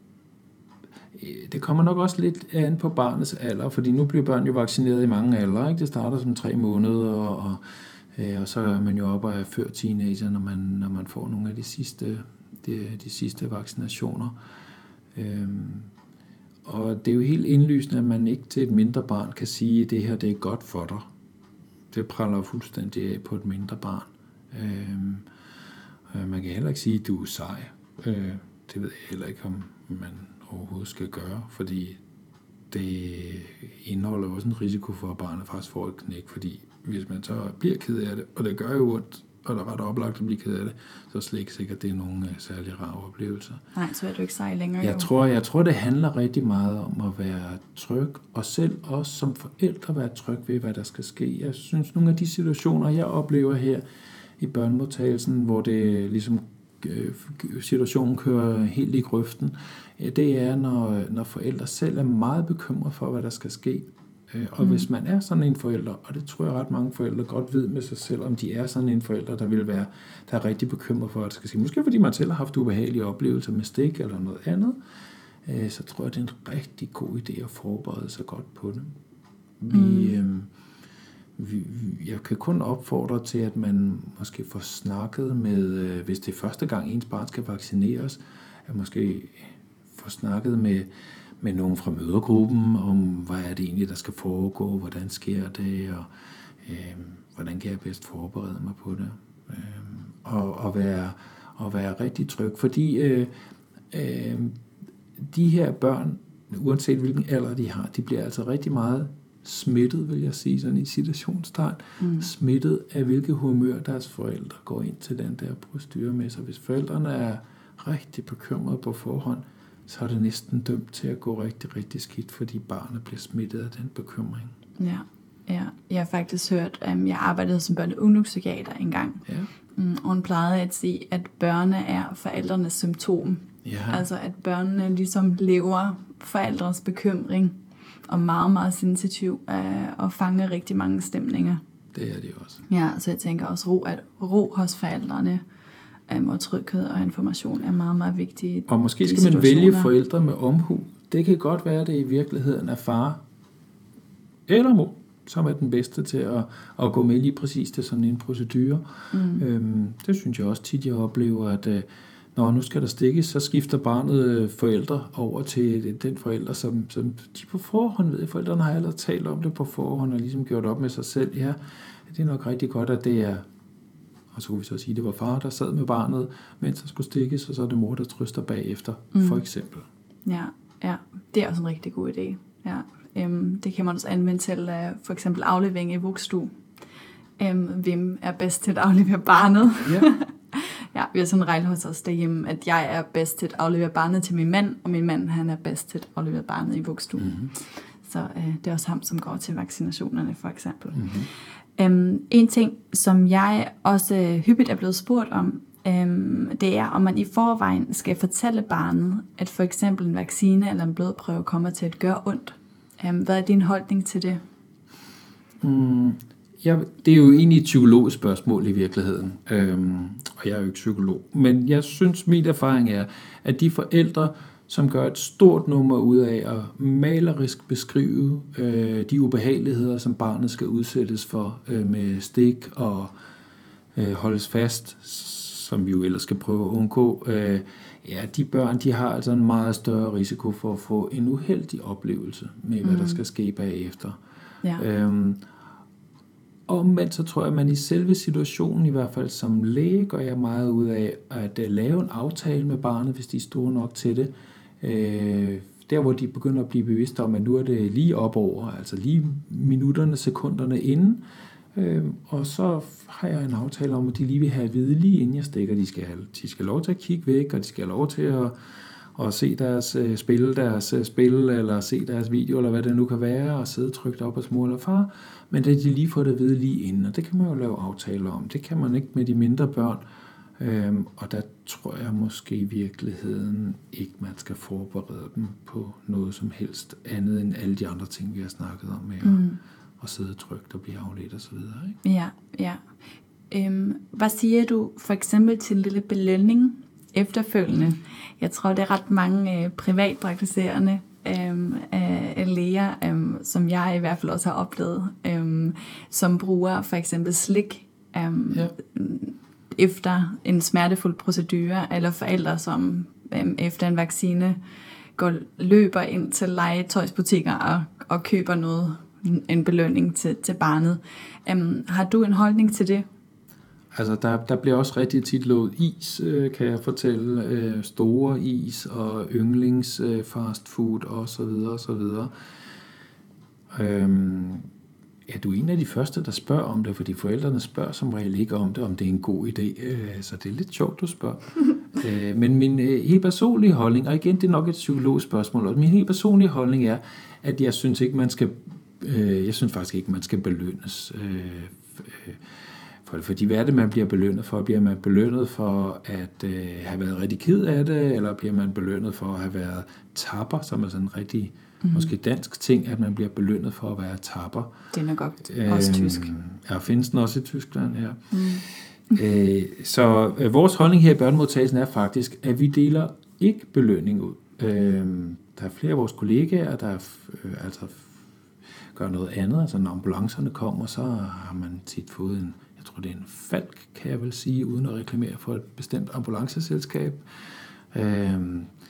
Speaker 4: det kommer nok også lidt an på barnets alder, fordi nu bliver børn jo vaccineret i mange aldre, ikke? Det starter som tre måneder, og, og, øh, og så er man jo oppe af før teenager, når man, når man får nogle af de sidste, de, de sidste vaccinationer. Øhm, og det er jo helt indlysende, at man ikke til et mindre barn kan sige, at det her det er godt for dig. Det praller fuldstændig af på et mindre barn. Øhm, øh, man kan heller ikke sige, at du er sej. Øh, det ved jeg heller ikke, om man overhovedet skal gøre, fordi det indeholder også en risiko for, at barnet faktisk får et knæk, fordi hvis man så bliver ked af det, og det gør jo ondt, og der er ret oplagt at blive ked af det, så er det slet ikke sikkert, at det er nogen særlig rar oplevelse.
Speaker 3: Nej, så er du ikke sej længere.
Speaker 4: Jeg tror, jeg tror, det handler rigtig meget om at være tryg, og selv også som forældre være tryg ved, hvad der skal ske. Jeg synes, nogle af de situationer, jeg oplever her i børnemodtagelsen, hvor det ligesom situationen kører helt i grøften, det er, når, når forældre selv er meget bekymrede for, hvad der skal ske. Og mm. hvis man er sådan en forælder, og det tror jeg ret mange forældre godt ved med sig selv, om de er sådan en forælder, der vil være, der er rigtig bekymret for, hvad der skal ske. Måske fordi man selv har haft ubehagelige oplevelser med stik eller noget andet, så tror jeg, det er en rigtig god idé at forberede sig godt på det. Vi, mm. øh, vi, jeg kan kun opfordre til, at man måske får snakket med, hvis det er første gang ens barn skal vaccineres, at måske få snakket med, med nogen fra mødergruppen om, hvad er det egentlig, der skal foregå, hvordan sker det, og øh, hvordan kan jeg bedst forberede mig på det. Øh, og, og, være, og være rigtig tryg, fordi øh, øh, de her børn, uanset hvilken alder de har, de bliver altså rigtig meget smittet, vil jeg sige, sådan i situationstegn, mm. smittet af hvilke humør deres forældre går ind til den der procedure med. Så hvis forældrene er rigtig bekymrede på forhånd, så er det næsten dømt til at gå rigtig, rigtig skidt, fordi barnet bliver smittet af den bekymring.
Speaker 3: Ja, ja. Jeg har faktisk hørt, um, jeg arbejdede som børne- og ungdomspsykiater engang,
Speaker 4: Ja.
Speaker 3: um, og hun plejede at sige, at børne er forældrenes symptom.
Speaker 4: Ja.
Speaker 3: Altså at børnene ligesom lever forældres bekymring, og meget, meget sensitiv uh, og fanger rigtig mange stemninger.
Speaker 4: Det er det også.
Speaker 3: Ja, så jeg tænker også, ro, at ro hos forældrene um, og tryghed og information er meget, meget vigtigt.
Speaker 4: Og måske skal man vælge forældre med omhu. Det kan godt være, at det i virkeligheden er far eller mor, som er den bedste til at, at gå med lige præcis til sådan en procedure. Mm. Øhm, det synes jeg også tit, jeg oplever, at øh, når nu skal der stikkes, så skifter barnet øh, forældre over til den forælder, som, som de på forhånd ved. Forældrene har allerede talt om det på forhånd og ligesom gjort op med sig selv. Ja, det er nok rigtig godt, at det er, og så kunne vi så sige, at det var far, der sad med barnet, mens der skulle stikkes, og så er det mor, der trøster bagefter, mm. for eksempel.
Speaker 3: Ja, ja, det er også en rigtig god idé. Ja. Um, det kan man også anvende til uh, for eksempel aflevering i vuggestue. Um, hvem er bedst til at aflevere barnet?
Speaker 4: Ja.
Speaker 3: Ja, vi har sådan en regel hos os derhjemme, at jeg er bedst til at aflevere barnet til min mand, og min mand han er bedst til at aflevere barnet i vuggestuen. Mm-hmm. Så uh, det er også ham, som går til vaccinationerne for eksempel. Mm-hmm. Um, en ting, som jeg også uh, hyppigt er blevet spurgt om, um, det er, om man i forvejen skal fortælle barnet, at for eksempel en vaccine eller en blodprøve kommer til at gøre ondt. Um, hvad er din holdning til det?
Speaker 4: Mm, ja, det er jo egentlig et psykologisk spørgsmål i virkeligheden, øhm, og jeg er jo ikke psykolog. Men jeg synes, min erfaring er, at de forældre, som gør et stort nummer ud af at malerisk beskrive øh, de ubehageligheder, som barnet skal udsættes for øh, med stik og øh, holdes fast, som vi jo ellers skal prøve at undgå, øh, ja, de børn, de har altså en meget større risiko for at få en uheldig oplevelse med, hvad mm. der skal ske bagefter. Ja. Øhm, omvendt så tror jeg, at man i selve situationen, i hvert fald som læge, gør jeg meget ud af at uh, lave en aftale med barnet, hvis de er store nok til det. Øh, der, hvor de begynder at blive bevidste om, at nu er det lige op over, altså lige minutterne, sekunderne inden. Øh, og så har jeg en aftale om, at de lige vil have at vide, lige inden jeg stikker, de skal have, de skal have lov til at kigge væk, og de skal have lov til at, at se deres uh, spille deres uh, spil, eller se deres video, eller hvad det nu kan være, og sidde trygt op hos mor eller far. Men det de lige får det at vide lige inden, og det kan man jo lave aftaler om. Det kan man ikke med de mindre børn. Øhm, og der tror jeg måske i virkeligheden ikke, man skal forberede dem på noget som helst andet end alle de andre ting, vi har snakket om med mm. at, at sidde trygt og blive afledt og så videre. Ikke?
Speaker 3: Ja, ja. Øhm, hvad siger du for eksempel til en lille belønning efterfølgende? Jeg tror, det er ret mange øh, privatpraktiserende Øhm, øh, læger, øhm, som jeg i hvert fald også har oplevet, øhm, som bruger for eksempel slik øhm, ja. efter en smertefuld procedure, eller forældre, som øhm, efter en vaccine går løber ind til legetøjsbutikker og, og køber noget, en belønning til, til barnet. Øhm, har du en holdning til det?
Speaker 4: Altså, der, der bliver også rigtig tit lovet is, øh, kan jeg fortælle. Øh, store is og yndlings øh, fast food og så videre og så videre. Øhm, ja, du er en af de første, der spørger om det, fordi forældrene spørger som regel ikke om det, om det er en god idé. Øh, så det er lidt sjovt, du spørger. øh, men min øh, helt personlige holdning, og igen, det er nok et psykologisk spørgsmål, og min helt personlige holdning er, at jeg synes ikke, man skal, øh, jeg synes faktisk ikke, man skal belønnes. Øh, øh, For, fordi hvad er det, man bliver belønnet for? Bliver man belønnet for at øh, have været rigtig ked af det, eller bliver man belønnet for at have været tapper, som er sådan en rigtig, mm. måske dansk ting, at man bliver belønnet for at være tapper.
Speaker 3: Det er nok også øh, tysk.
Speaker 4: Ja, findes den også i Tyskland, ja. Mm. øh, så øh, vores holdning her i børnemodtagelsen er faktisk, at vi deler ikke belønning ud. Øh, der er flere af vores kollegaer, der øh, altså gør noget andet. Altså når ambulancerne kommer, så har man tit fået en, jeg tror det er en Falk, kan jeg vel sige, uden at reklamere for et bestemt ambulanceselskab. Øhm,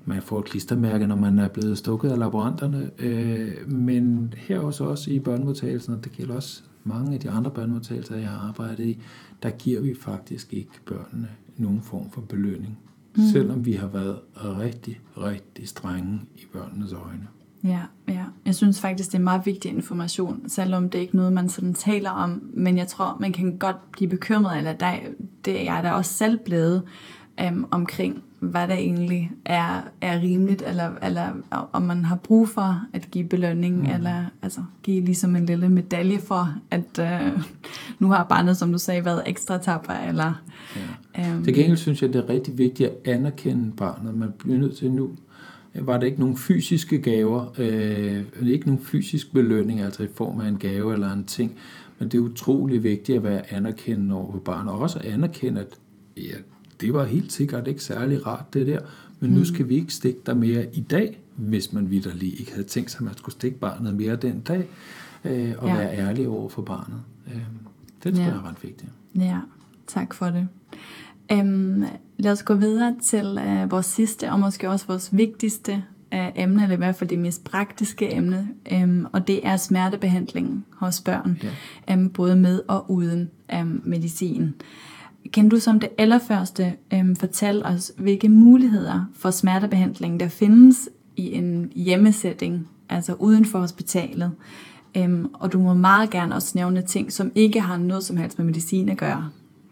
Speaker 4: man får et klistermærke, når man er blevet stukket af laboranterne. Øh, men her hos os i børnemodtagelsen, og det gælder også mange af de andre børnemodtagelser, jeg har arbejdet i, der giver vi faktisk ikke børnene nogen form for belønning. Mm. Selvom vi har været rigtig, rigtig strenge i børnenes øjne.
Speaker 3: Ja, ja. Jeg synes faktisk, det er meget vigtig information, selvom det er ikke noget, man sådan taler om. Men jeg tror, man kan godt blive bekymret, eller der, det er jeg da også selv blevet, um, omkring, hvad der egentlig er, er rimeligt, eller, eller om man har brug for at give belønning, mm. eller altså, give ligesom en lille medalje for, at uh, nu har barnet, som du sagde, været ekstra tapper. Eller,
Speaker 4: ja. um, Til gengæld synes jeg, det er rigtig vigtigt at anerkende barnet. Man bliver nødt til nu, var det ikke nogen fysiske gaver, øh, ikke nogen fysisk belønning, altså i form af en gave eller en ting, men det er utrolig vigtigt at være anerkendende over for barnet, og også at anerkende, at ja, det var helt sikkert ikke særlig rart det der, men mm. nu skal vi ikke stikke dig mere i dag, hvis man vitterlig ikke havde tænkt sig, at man skulle stikke barnet mere den dag, øh, og ja. være ærlig over for barnet. Øh, det tror jeg ja. er ret vigtigt.
Speaker 3: Ja, tak for det. Um, lad os gå videre til uh, vores sidste, og måske også vores vigtigste uh, emne, eller i hvert fald det mest praktiske emne, um, og det er smertebehandling hos børn, ja. um, både med og uden um, medicin. Kan du som det allerførste um, fortælle os, hvilke muligheder for smertebehandling der findes i en hjemmesætning, altså uden for hospitalet? Um, og du må meget gerne også nævne ting, som ikke har noget som helst med medicin at gøre.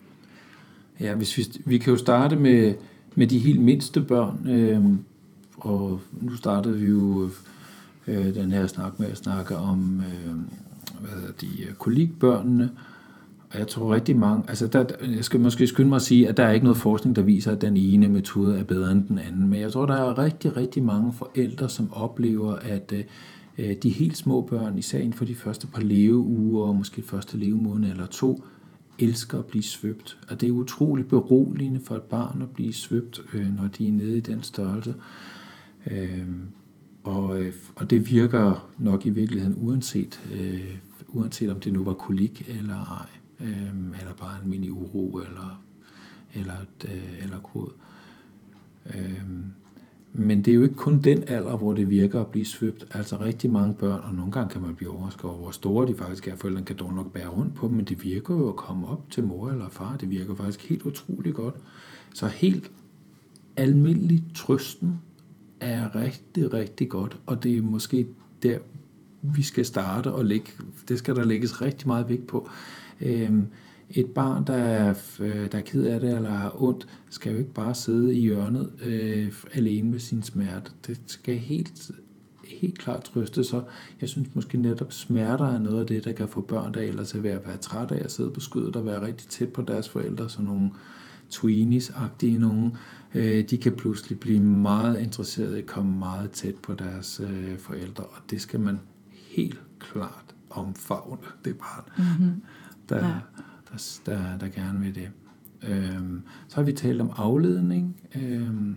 Speaker 4: Ja, hvis vi, vi kan jo starte med, med de helt mindste børn, øh, og nu startede vi jo øh, den her snak med at snakke om øh, hvad hedder de, kolikbørnene, og jeg tror rigtig mange, altså der, jeg skal måske skynde mig at sige, at der er ikke noget forskning, der viser, at den ene metode er bedre end den anden, men jeg tror, der er rigtig, rigtig mange forældre, som oplever, at øh, de helt små børn, især inden for de første par leveuger, og måske første levemåned eller to, elsker at blive svøbt, og det er utroligt beroligende for et barn at blive svøbt, øh, når de er nede i den størrelse. Øh, og, øh, og det virker nok i virkeligheden uanset, øh, uanset om det nu var kolik eller ej, øh, eller bare en mini uro eller eller et, øh, eller kod. Øh, Men det er jo ikke kun den alder, hvor det virker at blive svøbt. Altså rigtig mange børn, og nogle gange kan man blive overrasket over, hvor store de faktisk er. Forældrene kan dog nok bære rundt på dem, men det virker jo at komme op til mor eller far. Det virker faktisk helt utroligt godt. Så helt almindelig trøsten er rigtig, rigtig godt, og det er måske der, vi skal starte og lægge. Det skal der lægges rigtig meget vægt på. Øhm, Et barn, der er, der er ked af det eller har ondt, skal jo ikke bare sidde i hjørnet øh, alene med sin smerte. Det skal helt, helt klart trøste sig. Jeg synes måske netop smerter er noget af det, der kan få børn, der ellers er ved at være træt af at sidde på skødet og være rigtig tæt på deres forældre, så nogle tweenies-agtige nogen. Øh, de kan pludselig blive meget interesserede i at komme meget tæt på deres øh, forældre, og det skal man helt klart omfavne, det barn. Mm-hmm. Der, ja. Der, der gerne vil det. Øhm, så har vi talt om afledning. Øhm,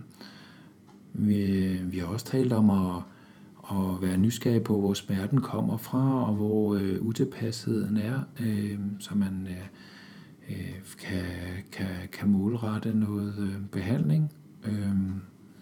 Speaker 4: vi, vi har også talt om at, at være nysgerrig på, hvor smerten kommer fra, og hvor øh, utilpasheden er, øh, så man øh, øh, kan, kan, kan målrette noget øh, behandling. Øhm,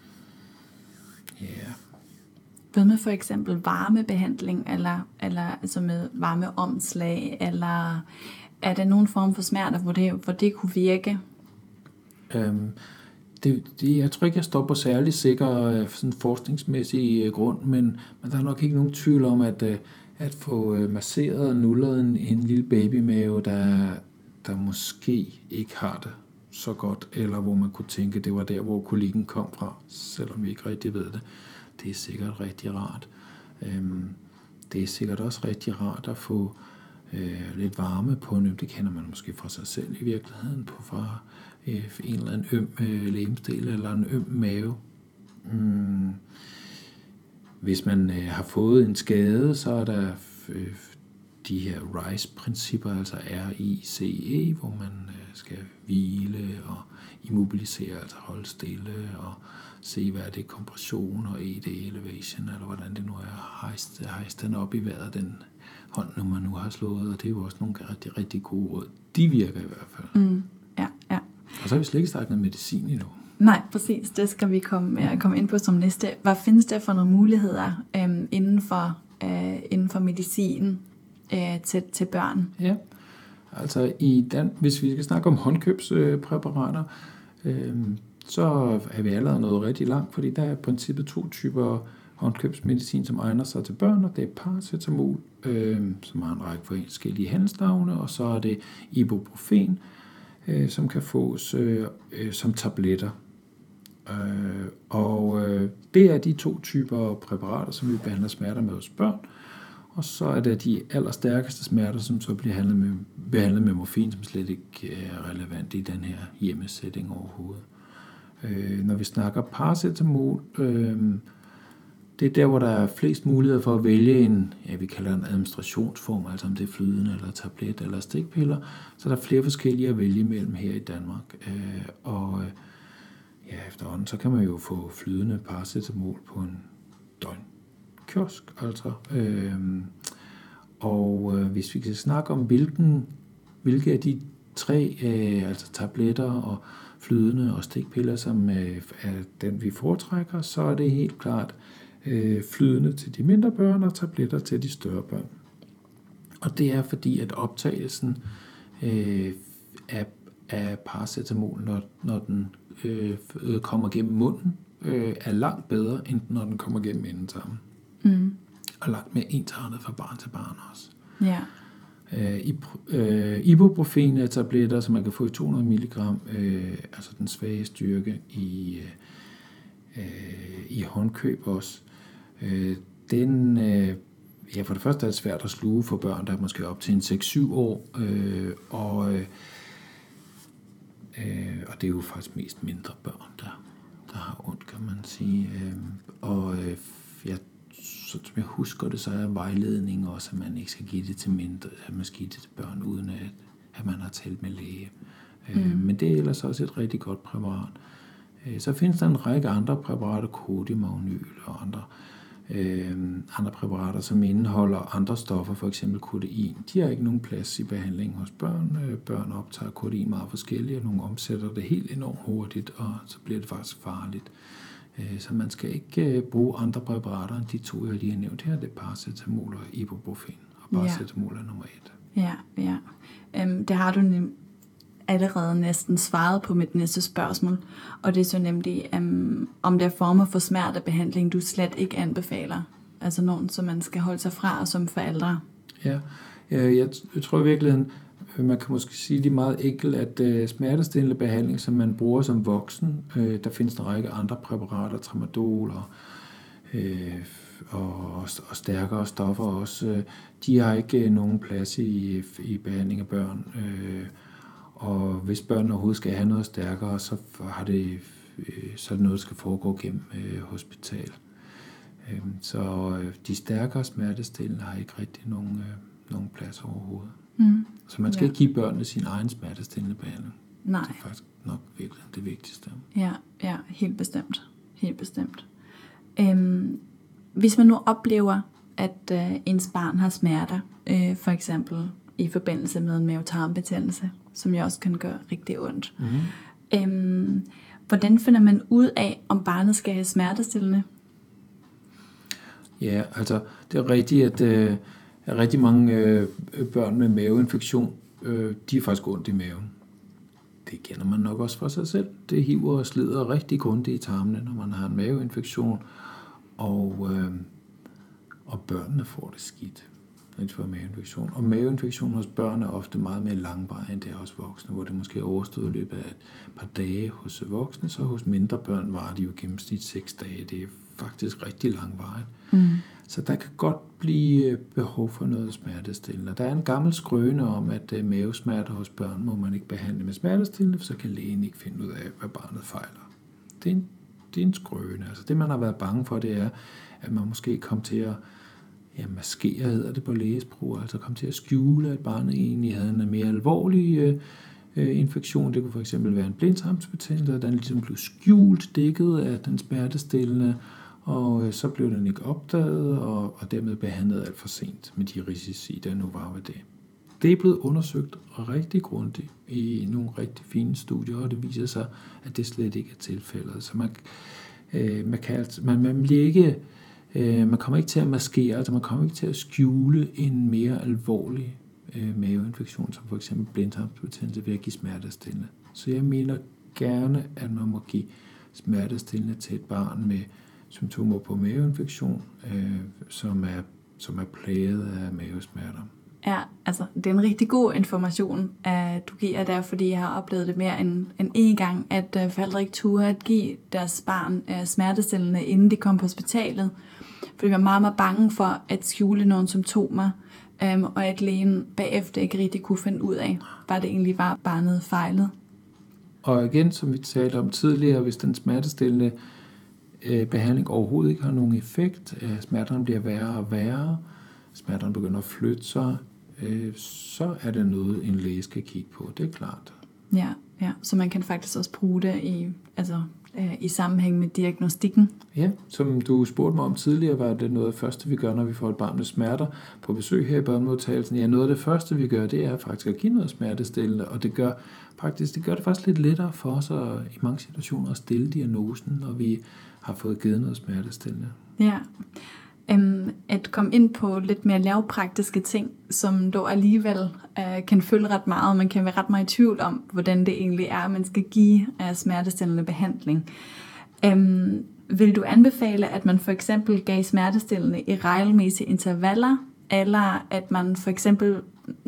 Speaker 4: yeah.
Speaker 3: Hvad med for eksempel varmebehandling, eller, eller altså med varmeomslag, eller er der nogen form for smerter, hvor det, hvor det kunne virke?
Speaker 4: Øhm, det, det, jeg tror ikke, jeg står på særlig sikker sådan forskningsmæssig grund, men, men der er nok ikke nogen tvivl om, at, at få masseret og nullet en, en lille babymave, der, der måske ikke har det så godt, eller hvor man kunne tænke, det var der, hvor kolikken kom fra, selvom vi ikke rigtig ved det. Det er sikkert rigtig rart. Øhm, det er sikkert også rigtig rart at få øh, lidt varme på en øm. Det kender man måske fra sig selv i virkeligheden, på fra øh, en eller anden øm øh, legemsdel eller en øm mave. Mm. Hvis man øh, har fået en skade, så er der øh, de her RICE-principper, altså R I C E, hvor man øh, skal hvile og immobilisere, altså holde stille og se, hvad er det, kompression og E D elevation, eller hvordan det nu er, hejst, hejst den op i vejret, den hånd, når man nu har slået, og det er jo også nogle rigtig, rigtig gode råd. De virker i hvert fald.
Speaker 3: Mm, ja, ja.
Speaker 4: Og så har vi slet ikke startet med medicin endnu.
Speaker 3: Nej, præcis. Det skal vi komme, komme ind på som næste. Hvad findes der for nogle muligheder øhm, inden, for, øh, inden for medicin øh, til, til børn?
Speaker 4: Ja, altså i Dan- hvis vi skal snakke om håndkøbspræparater, øh, så er vi allerede nået rigtig langt, fordi der er i princippet to typer håndkøbsmedicin, som egner sig til børn, og det er paracetamol, øh, som har en række forskellige handelsnavne, og så er det ibuprofen, øh, som kan fås øh, øh, som tabletter. Øh, og øh, det er de to typer præparater, som vi behandler smerter med hos børn, og så er det de allerstærkeste smerter, som så bliver behandlet med, behandlet med morfin, som slet ikke er relevant i den her hjemmesætning overhovedet. Øh, når vi snakker paracetamol, øh, det er der, hvor der er flest muligheder for at vælge en, ja, vi kalder en administrationsform, altså om det er flydende, eller tablet, eller stikpiller, så der er flere forskellige at vælge imellem her i Danmark. Øh, og ja, efterhånden, så kan man jo få flydende paracetamol på en døgnkiosk, altså. Øh, og øh, hvis vi kan snakke om, hvilken, hvilke af de tre, øh, altså tabletter og flydende og stikpiller, som øh, er den, vi foretrækker, så er det helt klart øh, flydende til de mindre børn og tabletter til de større børn. Og det er fordi, at optagelsen øh, af, af paracetamol, når, når den øh, kommer gennem munden, øh, er langt bedre, end når den kommer gennem endetarmen.
Speaker 3: Mm.
Speaker 4: Og langt mere ensartet fra barn til barn også.
Speaker 3: Ja.
Speaker 4: Øh, øh, ibuprofen er tabletter, som man kan få i to hundrede milligram, øh, altså den svage styrke i, øh, i håndkøb også. Øh, den, øh, ja, for det første er det svært at sluge for børn, der er måske op til en seks syv år, øh, og, øh, og det er jo faktisk mest mindre børn, der, der har ondt, kan man sige. Øh, og øh, jeg Så som jeg husker det, så er vejledning også, at man ikke skal give det til mindre, at man skal give det til børn, uden at, at man har talt med læge. Mm. Øh, men det er ellers også et rigtig godt præparat. Øh, så findes der en række andre præparater, kodimagnyl og andre, øh, andre præparater, som indeholder andre stoffer, for eksempel kodein. De har ikke nogen plads i behandling hos børn. Øh, børn optager kodein meget forskelligt, og nogle omsætter det helt enormt hurtigt, og så bliver det faktisk farligt. Så man skal ikke bruge andre præparater end de to, jeg lige har nævnt her. Det er paracetamol og ibuprofen. Og paracetamol er nummer et.
Speaker 3: Ja, ja. Um, det har du nem- allerede næsten svaret på mit næste spørgsmål. Og det er så nemlig, um, om der er former for smertebehandling, du slet ikke anbefaler. Altså nogen, som man skal holde sig fra som forældre.
Speaker 4: Ja, jeg, jeg tror i virkeligheden, man kan måske sige det meget enkelt, at uh, smertestillende behandling, som man bruger som voksen, uh, der findes en række andre præparater, tramadol og, uh, og, og stærkere stoffer også. Uh, de har ikke uh, nogen plads i, i behandling af børn. Uh, og hvis børn overhovedet skal have noget stærkere, så har det uh, så er det noget, der skal foregå gennem uh, hospital. Uh, så uh, de stærkere smertestillende har ikke rigtig nogen, uh, nogen plads overhovedet. Mm. Så man skal ja. ikke give børnene sin egen smertestillende behandling.
Speaker 3: Nej.
Speaker 4: Det er faktisk nok virkelig det vigtigste.
Speaker 3: Ja, ja, helt bestemt. Helt bestemt. Øhm, hvis man nu oplever, at øh, ens barn har smerter, øh, for eksempel i forbindelse med en mavetarmbetændelse, som jo også kan gøre rigtig ondt. Mm-hmm. Øhm, hvordan finder man ud af, om barnet skal have smertestillende?
Speaker 4: Ja, altså det er rigtigt, at øh, rigtig mange øh, børn med maveinfektion, øh, de er faktisk ondt i maven. Det kender man nok også fra sig selv. Det hiver og slider rigtig grundigt i tarmene, når man har en maveinfektion, og, øh, og børnene får det skidt, når de får maveinfektion. Og maveinfektion hos børn er ofte meget mere langvarig, end det er hos voksne, hvor det måske er overstået i løbet af et par dage hos voksne, så hos mindre børn var de jo gennemsnit seks dage. Det er faktisk rigtig langvarigt. Mm. Så der kan godt blive behov for noget smertestillende. Der er en gammel skrøne om, at mavesmerter hos børn må man ikke behandle med smertestillende, for så kan lægen ikke finde ud af, hvad barnet fejler. Det er en, det er en skrøne. Altså det, man har været bange for, det er, at man måske kom til at ja, maskere, hedder det på lægesprog, altså kom til at skjule, at barnet egentlig havde en mere alvorlig øh, infektion. Det kunne for eksempel være en blindtarmsbetændelse, og den ligesom blev skjult, dækket af den smertestillende, og så blev den ikke opdaget, og, og dermed behandlet alt for sent med de risici, der nu var ved det. det er blevet undersøgt rigtig grundigt i nogle rigtig fine studier, og det viser sig, at det slet ikke er tilfældet. Så man, øh, man, kan, altså, man, man bliver ikke, øh, man kommer ikke til at maskere, altså man kommer ikke til at skjule en mere alvorlig øh, maveinfektion, som for eksempel blindtarmsbetændelse, ved at give smertestillende. Så jeg mener gerne, at man må give smertestillende til et barn med symptomer på maveinfektion, øh, som er som er plaget af mavesmerter.
Speaker 3: Ja, altså det er en rigtig god information, at du giver der, fordi jeg har oplevet det mere end, end en gang, at uh, forældre ikke turde at give deres barn uh, smertestillende, inden de kom på hospitalet. Fordi vi var meget, meget bange for at skjule nogle symptomer, um, og at lægen bagefter ikke rigtig kunne finde ud af, hvad det egentlig var, barnet fejlede.
Speaker 4: Og igen, som vi talte om tidligere, hvis den smertestillende behandling overhovedet ikke har nogen effekt, smerterne bliver værre og værre, smerterne begynder at flytte sig, så er det noget, en læge skal kigge på, det er klart.
Speaker 3: Ja, ja. Så man kan faktisk også bruge det i, altså, i sammenhæng med diagnostikken.
Speaker 4: Ja, som du spurgte mig om tidligere, var det noget af det første, vi gør, når vi får et barn med smerter på besøg her i børnemodtagelsen. Ja, noget af det første, vi gør, det er faktisk at give noget smertestillende, og det gør, faktisk, det gør det faktisk lidt lettere for os at, i mange situationer at stille diagnosen, når vi har fået givet noget smertestillende.
Speaker 3: Ja, um, at komme ind på lidt mere lavpraktiske ting, som dog alligevel uh, kan følge ret meget, man kan være ret meget i tvivl om, hvordan det egentlig er, man skal give uh, smertestillende behandling. Um, vil du anbefale, at man for eksempel gav smertestillende i regelmæssige intervaller, eller at man for eksempel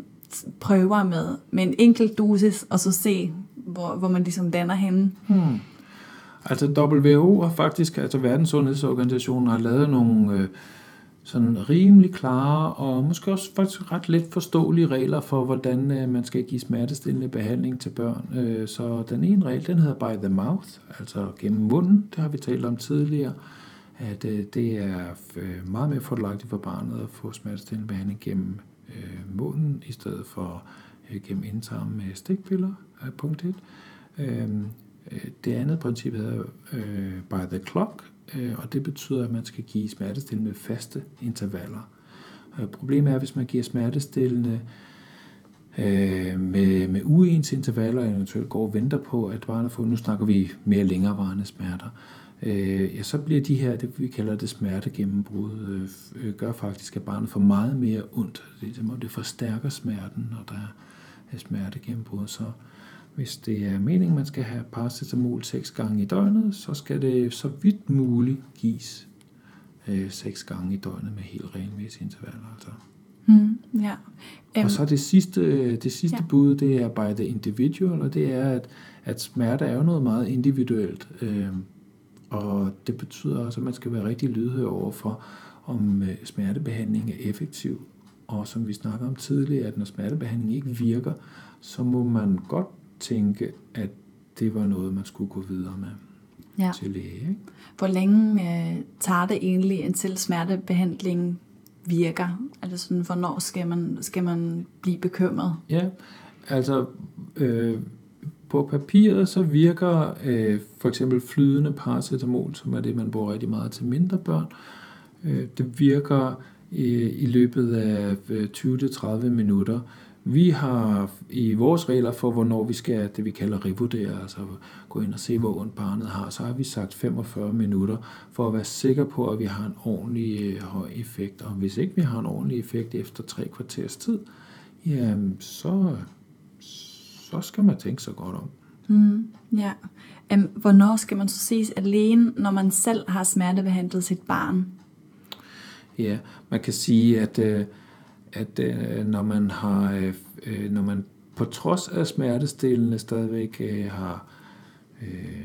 Speaker 3: prøver med, med en enkelt dosis, og så se, hvor, hvor man ligesom lander henne?
Speaker 4: Hmm. Altså W H O har faktisk, altså Verdenssundhedsorganisationen har lavet nogle øh, sådan rimelig klare og måske også faktisk ret let forståelige regler for, hvordan øh, man skal give smertestillende behandling til børn. Øh, så den ene regel, den hedder by the mouth, altså gennem munden. Det har vi talt om tidligere, at øh, det er øh, meget mere fordelagtigt for barnet at få smertestillende behandling gennem øh, munden, i stedet for øh, gennem indtarmen med stikpiller, øh, punkt et. Øh, Det andet princip hedder øh, by the clock, øh, og det betyder, at man skal give smertestillende med faste intervaller. Øh, problemet er, hvis man giver smertestillende øh, med, med uens intervaller, og eventuelt går og venter på, at barnet får, nu snakker vi mere længerevarende smerter, øh, ja, så bliver de her, det vi kalder det smertegennembrud, øh, gør faktisk, at barnet får meget mere ondt. Det, det forstærker smerten, når der er smertegennembrud, så hvis det er meningen, man skal have paracetamol seks gange i døgnet, så skal det så vidt muligt gives øh, seks gange i døgnet med helt regelmæssige intervaller. Altså.
Speaker 3: Mm, ja. Um,
Speaker 4: og så det sidste, det sidste ja. bud, det er by the individual, og det er, at, at smerte er jo noget meget individuelt. Øh, og det betyder også, at man skal være rigtig lydhør over for, om øh, smertebehandling er effektiv. Og som vi snakker om tidligere, at når smertebehandling ikke virker, så må man godt tænke, at det var noget, man skulle gå videre med ja. til læge. Ikke?
Speaker 3: Hvor længe øh, tager det egentlig, indtil smertebehandling virker? Altså sådan, hvornår skal man, skal man blive bekymret?
Speaker 4: Ja, altså øh, på papiret så virker øh, for eksempel flydende paracetamol, som er det, man bruger rigtig meget til mindre børn. Øh, det virker i, i løbet af tyve til tredive minutter. Vi har i vores regler for, hvornår vi skal det, vi kalder revurdere, altså gå ind og se, hvor ondt barnet har, så har vi sagt femogfyrre minutter, for at være sikker på, at vi har en ordentlig øh, høj effekt. Og hvis ikke vi har en ordentlig effekt efter tre kvarters tid, jamen, så, så skal man tænke sig godt om.
Speaker 3: Mm, ja. Um, hvornår skal man så ses alene, når man selv har smertebehandlet sit barn?
Speaker 4: Ja, man kan sige, at øh, at øh, når man har, øh, når man på trods af smertestillende stadigvæk øh, har øh,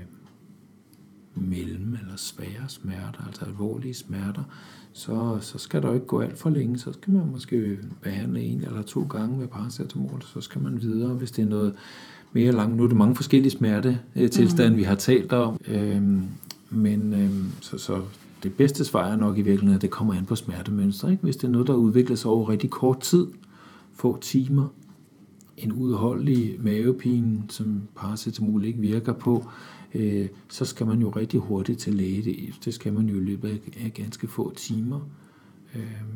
Speaker 4: mellem- eller svære smerter, altså alvorlige smerter, så, så skal der jo ikke gå alt for længe. Så skal man måske behandle en eller to gange med paracetamol, så skal man videre, hvis det er noget mere langt. Nu er det mange forskellige smertetilstande, mm. vi har talt om, øh, men øh, så, så det bedste svar er nok i virkeligheden, at det kommer an på smertemønster. Ikke? Hvis det er noget, der udvikler sig over rigtig kort tid, få timer, en udholdelig mavepine, som paracetamol ikke virker på, øh, så skal man jo rigtig hurtigt til læge. Det skal man jo i løbet af ganske få timer. Øh,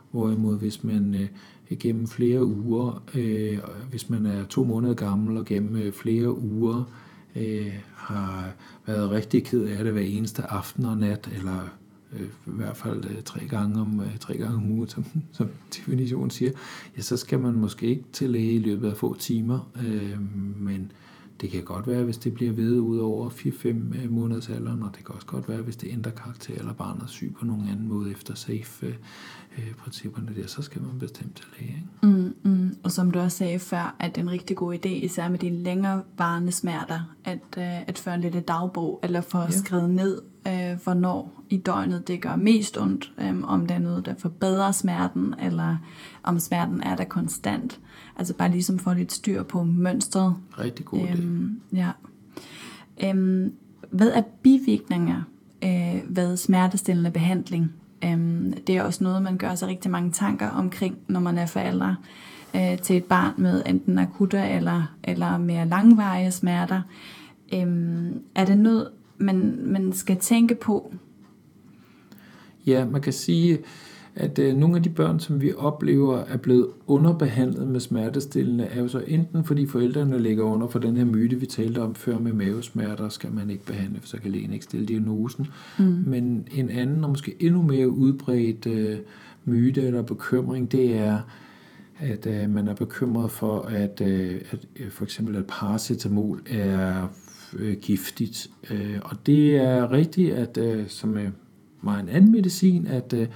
Speaker 4: Hvorimod hvis man øh, gennem flere uger, øh, hvis man er to måneder gammel og gennem øh, flere uger øh, har været rigtig ked af det hver eneste aften og nat, eller øh, i hvert fald øh, tre gange om øh, tre gange om ugen, som, som definitionen siger, ja, så skal man måske ikke til læge i løbet af få timer, øh, men det kan godt være, hvis det bliver ved ud over fire fem måneders alderen, og det kan også godt være, hvis det ændrer karakter, eller barnet er syg på nogen anden måde efter safe-principperne der, så skal man bestemt til læge. Ikke?
Speaker 3: Mm, mm. Og som du også sagde før, at det er en rigtig god idé, især med de længerevarende smerter, at, uh, at føre lidt et dagbog, eller få ja. skrevet ned, uh, hvornår i døgnet det gør mest ondt, um, om det er noget, der forbedrer smerten, eller om smerten er der konstant. Altså bare ligesom få lidt styr på mønstret.
Speaker 4: Rigtig god idé.
Speaker 3: Um, ja. Um, hvad er bivirkninger uh, ved smertestillende behandling? Um, det er også noget, man gør sig rigtig mange tanker omkring, når man er forældre uh, til et barn med enten akutte eller, eller mere langvarige smerter. Um, er det noget, man, man skal tænke på?
Speaker 4: Ja, man kan sige, at øh, nogle af de børn, som vi oplever, er blevet underbehandlet med smertestillende, er jo så enten fordi forældrene ligger under for den her myte, vi talte om før med mavesmerter, skal man ikke behandle, for så kan lægen ikke stille diagnosen. Mm. Men en anden og måske endnu mere udbredt øh, myte eller bekymring, det er, at øh, man er bekymret for, at, øh, at øh, for eksempel at paracetamol er øh, giftigt. Øh, og det er rigtigt, at øh, som er meget en anden medicin, at øh,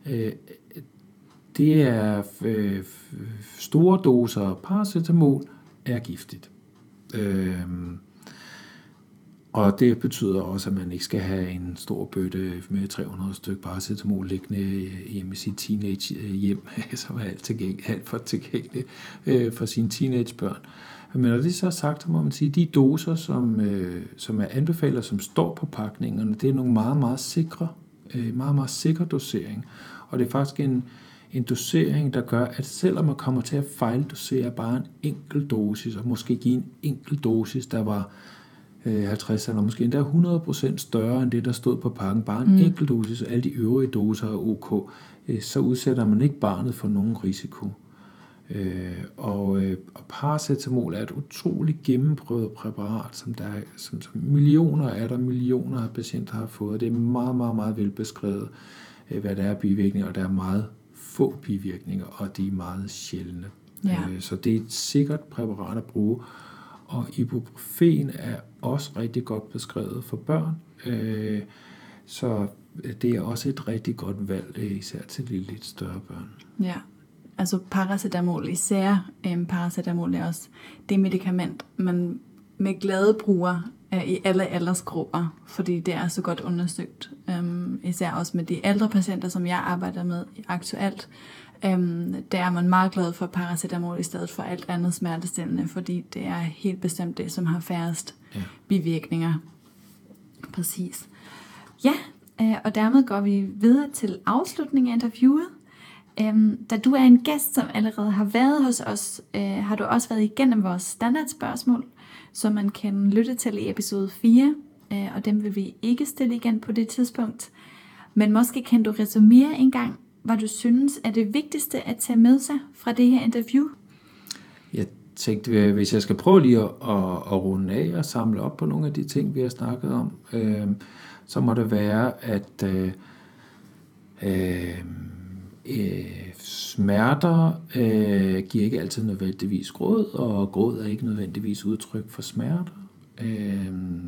Speaker 4: det er øh, store doser paracetamol er giftigt. Øh, og det betyder også, at man ikke skal have en stor bøtte med tre hundrede stykker paracetamol liggende hjemme i sit teenage hjem, som er alt, tilgæng- alt for tilgængeligt øh, for sine teenagebørn. Men når det så er sagt, så må man sige, at de doser, som, øh, som er anbefalet, som står på pakningerne, det er nogle meget, meget sikre, øh, meget, meget sikker dosering. Og det er faktisk en, en dosering, der gør, at selvom man kommer til at fejldosere bare en enkelt dosis, og måske give en enkelt dosis, der var øh, halvtreds eller måske endda hundrede procent større end det, der stod på pakken, bare en mm. enkelt dosis, og alle de øvrige doser er ok, øh, så udsætter man ikke barnet for nogen risiko. Øh, og, øh, og paracetamol er et utroligt gennemprøvet præparat, som, der er, som, som millioner af der millioner af patienter har fået. Det er meget, meget, meget velbeskrevet, øh, hvad der er bivirkninger, og der er meget få bivirkninger, og de er meget sjældne. Ja. Øh, så det er et sikkert præparat at bruge. Og ibuprofen er også rigtig godt beskrevet for børn, øh, så det er også et rigtig godt valg, især til de lidt større børn.
Speaker 3: Ja. Altså paracetamol især, øhm, paracetamol er også det medicament, man med glæde bruger øh, i alle aldersgrupper, fordi det er så godt undersøgt. Øhm, især også med de ældre patienter, som jeg arbejder med aktuelt, øhm, der er man meget glad for paracetamol i stedet for alt andet smertestillende, fordi det er helt bestemt det, som har færrest ja. bivirkninger. Præcis. Ja, øh, og dermed går vi videre til afslutningen af interviewet. Øhm, da du er en gæst, som allerede har været hos os, øh, har du også været igennem vores standardspørgsmål, som man kan lytte til i episode fire, øh, og dem vil vi ikke stille igen på det tidspunkt. Men måske kan du resumere en gang, hvad du synes er det vigtigste at tage med sig fra det her interview?
Speaker 4: Jeg tænkte, hvis jeg skal prøve lige at, at, at runde af og samle op på nogle af de ting, vi har snakket om, øh, så må det være, at øh, øh, Øh, smerter øh, giver ikke altid nødvendigvis gråd, og gråd er ikke nødvendigvis udtryk for smerter. Øh,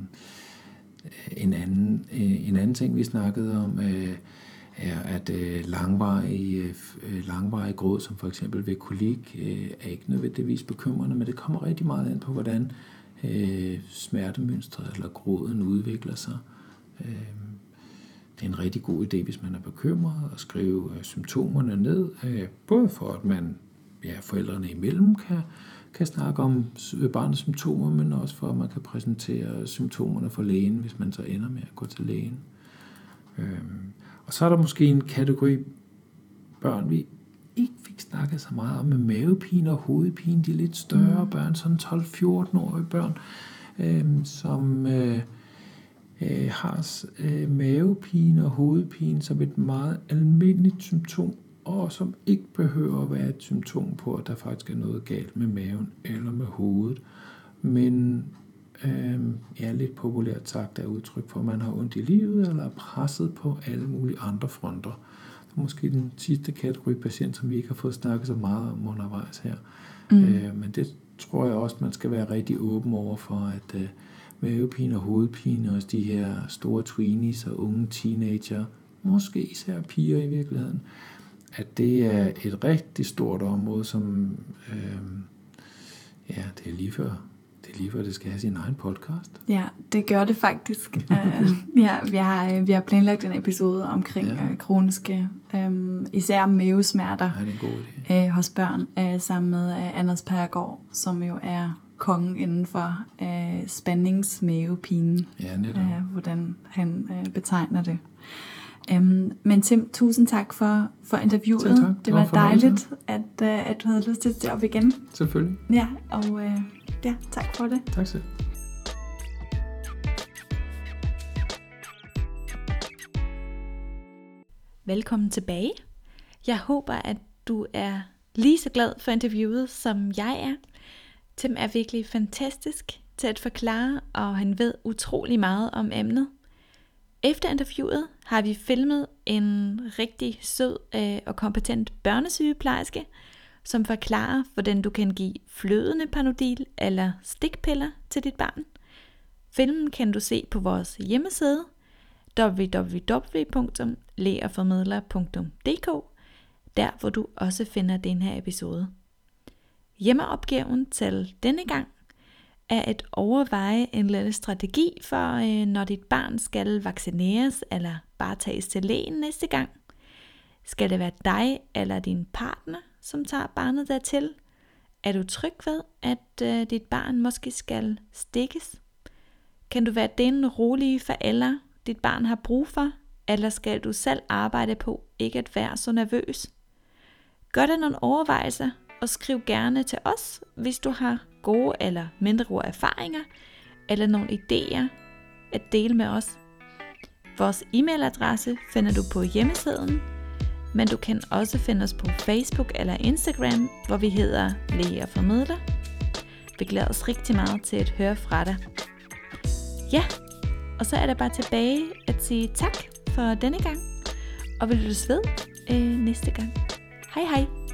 Speaker 4: en, anden, øh, en anden ting, vi snakkede om, øh, er, at øh, langvarig, øh, langvarig gråd, som for eksempel ved kolik, øh, er ikke nødvendigvis bekymrende, men det kommer rigtig meget an på, hvordan øh, smertemønstret eller gråden udvikler sig. Øh, Det er en rigtig god idé, hvis man er bekymret, at skrive øh, symptomerne ned, øh, både for at man, ja, forældrene imellem kan, kan snakke om barnets symptomer, men også for at man kan præsentere symptomerne for lægen, hvis man så ender med at gå til lægen. Øh, og så er der måske en kategori børn, vi ikke fik snakket så meget om, med mavepine og hovedpine, de lidt større børn, sådan tolv-fjorten-årige børn, øh, som... Øh, har øh, mavepine og hovedpine som et meget almindeligt symptom og som ikke behøver at være et symptom på, at der faktisk er noget galt med maven eller med hovedet, men øh, ja, lidt populært sagt er udtryk for, at man har ondt i livet eller er presset på alle mulige andre fronter. Det er måske den sidste kategori patient, som vi ikke har fået snakket så meget om undervejs her. Mm. Øh, men det tror jeg også, man skal være rigtig åben over for, at øh, mavepine og hovedpine, og også de her store tweenies og unge teenager, måske især piger i virkeligheden, at det er et rigtig stort område, som øh, ja, det er lige før, det er lige før, det skal have sin egen podcast.
Speaker 3: Ja, det gør det faktisk. uh, ja, vi har, vi har planlagt en episode omkring ja. uh, kroniske, um, især mavesmerter
Speaker 4: ja, det er en god idé.
Speaker 3: Uh, hos børn, uh, sammen med uh, Anders Pergaard, som jo er kongen inden for uh, spændingsmavepinen,
Speaker 4: ja, netop.
Speaker 3: Uh, hvordan han uh, betegner det. Um, men Tim, tusind tak for, for interviewet.
Speaker 4: Tak. Det,
Speaker 3: det var, var dejligt, at, uh, at du havde lyst til at stille op igen.
Speaker 4: Selvfølgelig.
Speaker 3: Ja, og uh, ja, tak for det.
Speaker 4: Tak selv.
Speaker 2: Velkommen tilbage. Jeg håber, at du er lige så glad for interviewet, som jeg er. Tim er virkelig fantastisk til at forklare, og han ved utrolig meget om emnet. Efter interviewet har vi filmet en rigtig sød øh, og kompetent børnesygeplejerske, som forklarer, hvordan du kan give flydende Panodil eller stikpiller til dit barn. Filmen kan du se på vores hjemmeside w w w punktum lægerformidler punktum d k, der hvor du også finder den her episode. Hjemmeopgaven til denne gang er at overveje en lille strategi for, øh, når dit barn skal vaccineres eller bare tages til lægen næste gang. Skal det være dig eller din partner, som tager barnet dertil? Er du tryg ved, at øh, dit barn måske skal stikkes? Kan du være den rolige forælder, dit barn har brug for? Eller skal du selv arbejde på ikke at være så nervøs? Gør dig nogle overvejelser, og skriv gerne til os, hvis du har gode eller mindre gode erfaringer, eller nogle idéer at dele med os. Vores e-mailadresse finder du på hjemmesiden, men du kan også finde os på Facebook eller Instagram, hvor vi hedder Læger Formidler. Vi glæder os rigtig meget til at høre fra dig. Ja, og så er der bare tilbage at sige tak for denne gang, og vi lyttes ved øh, næste gang. Hej hej!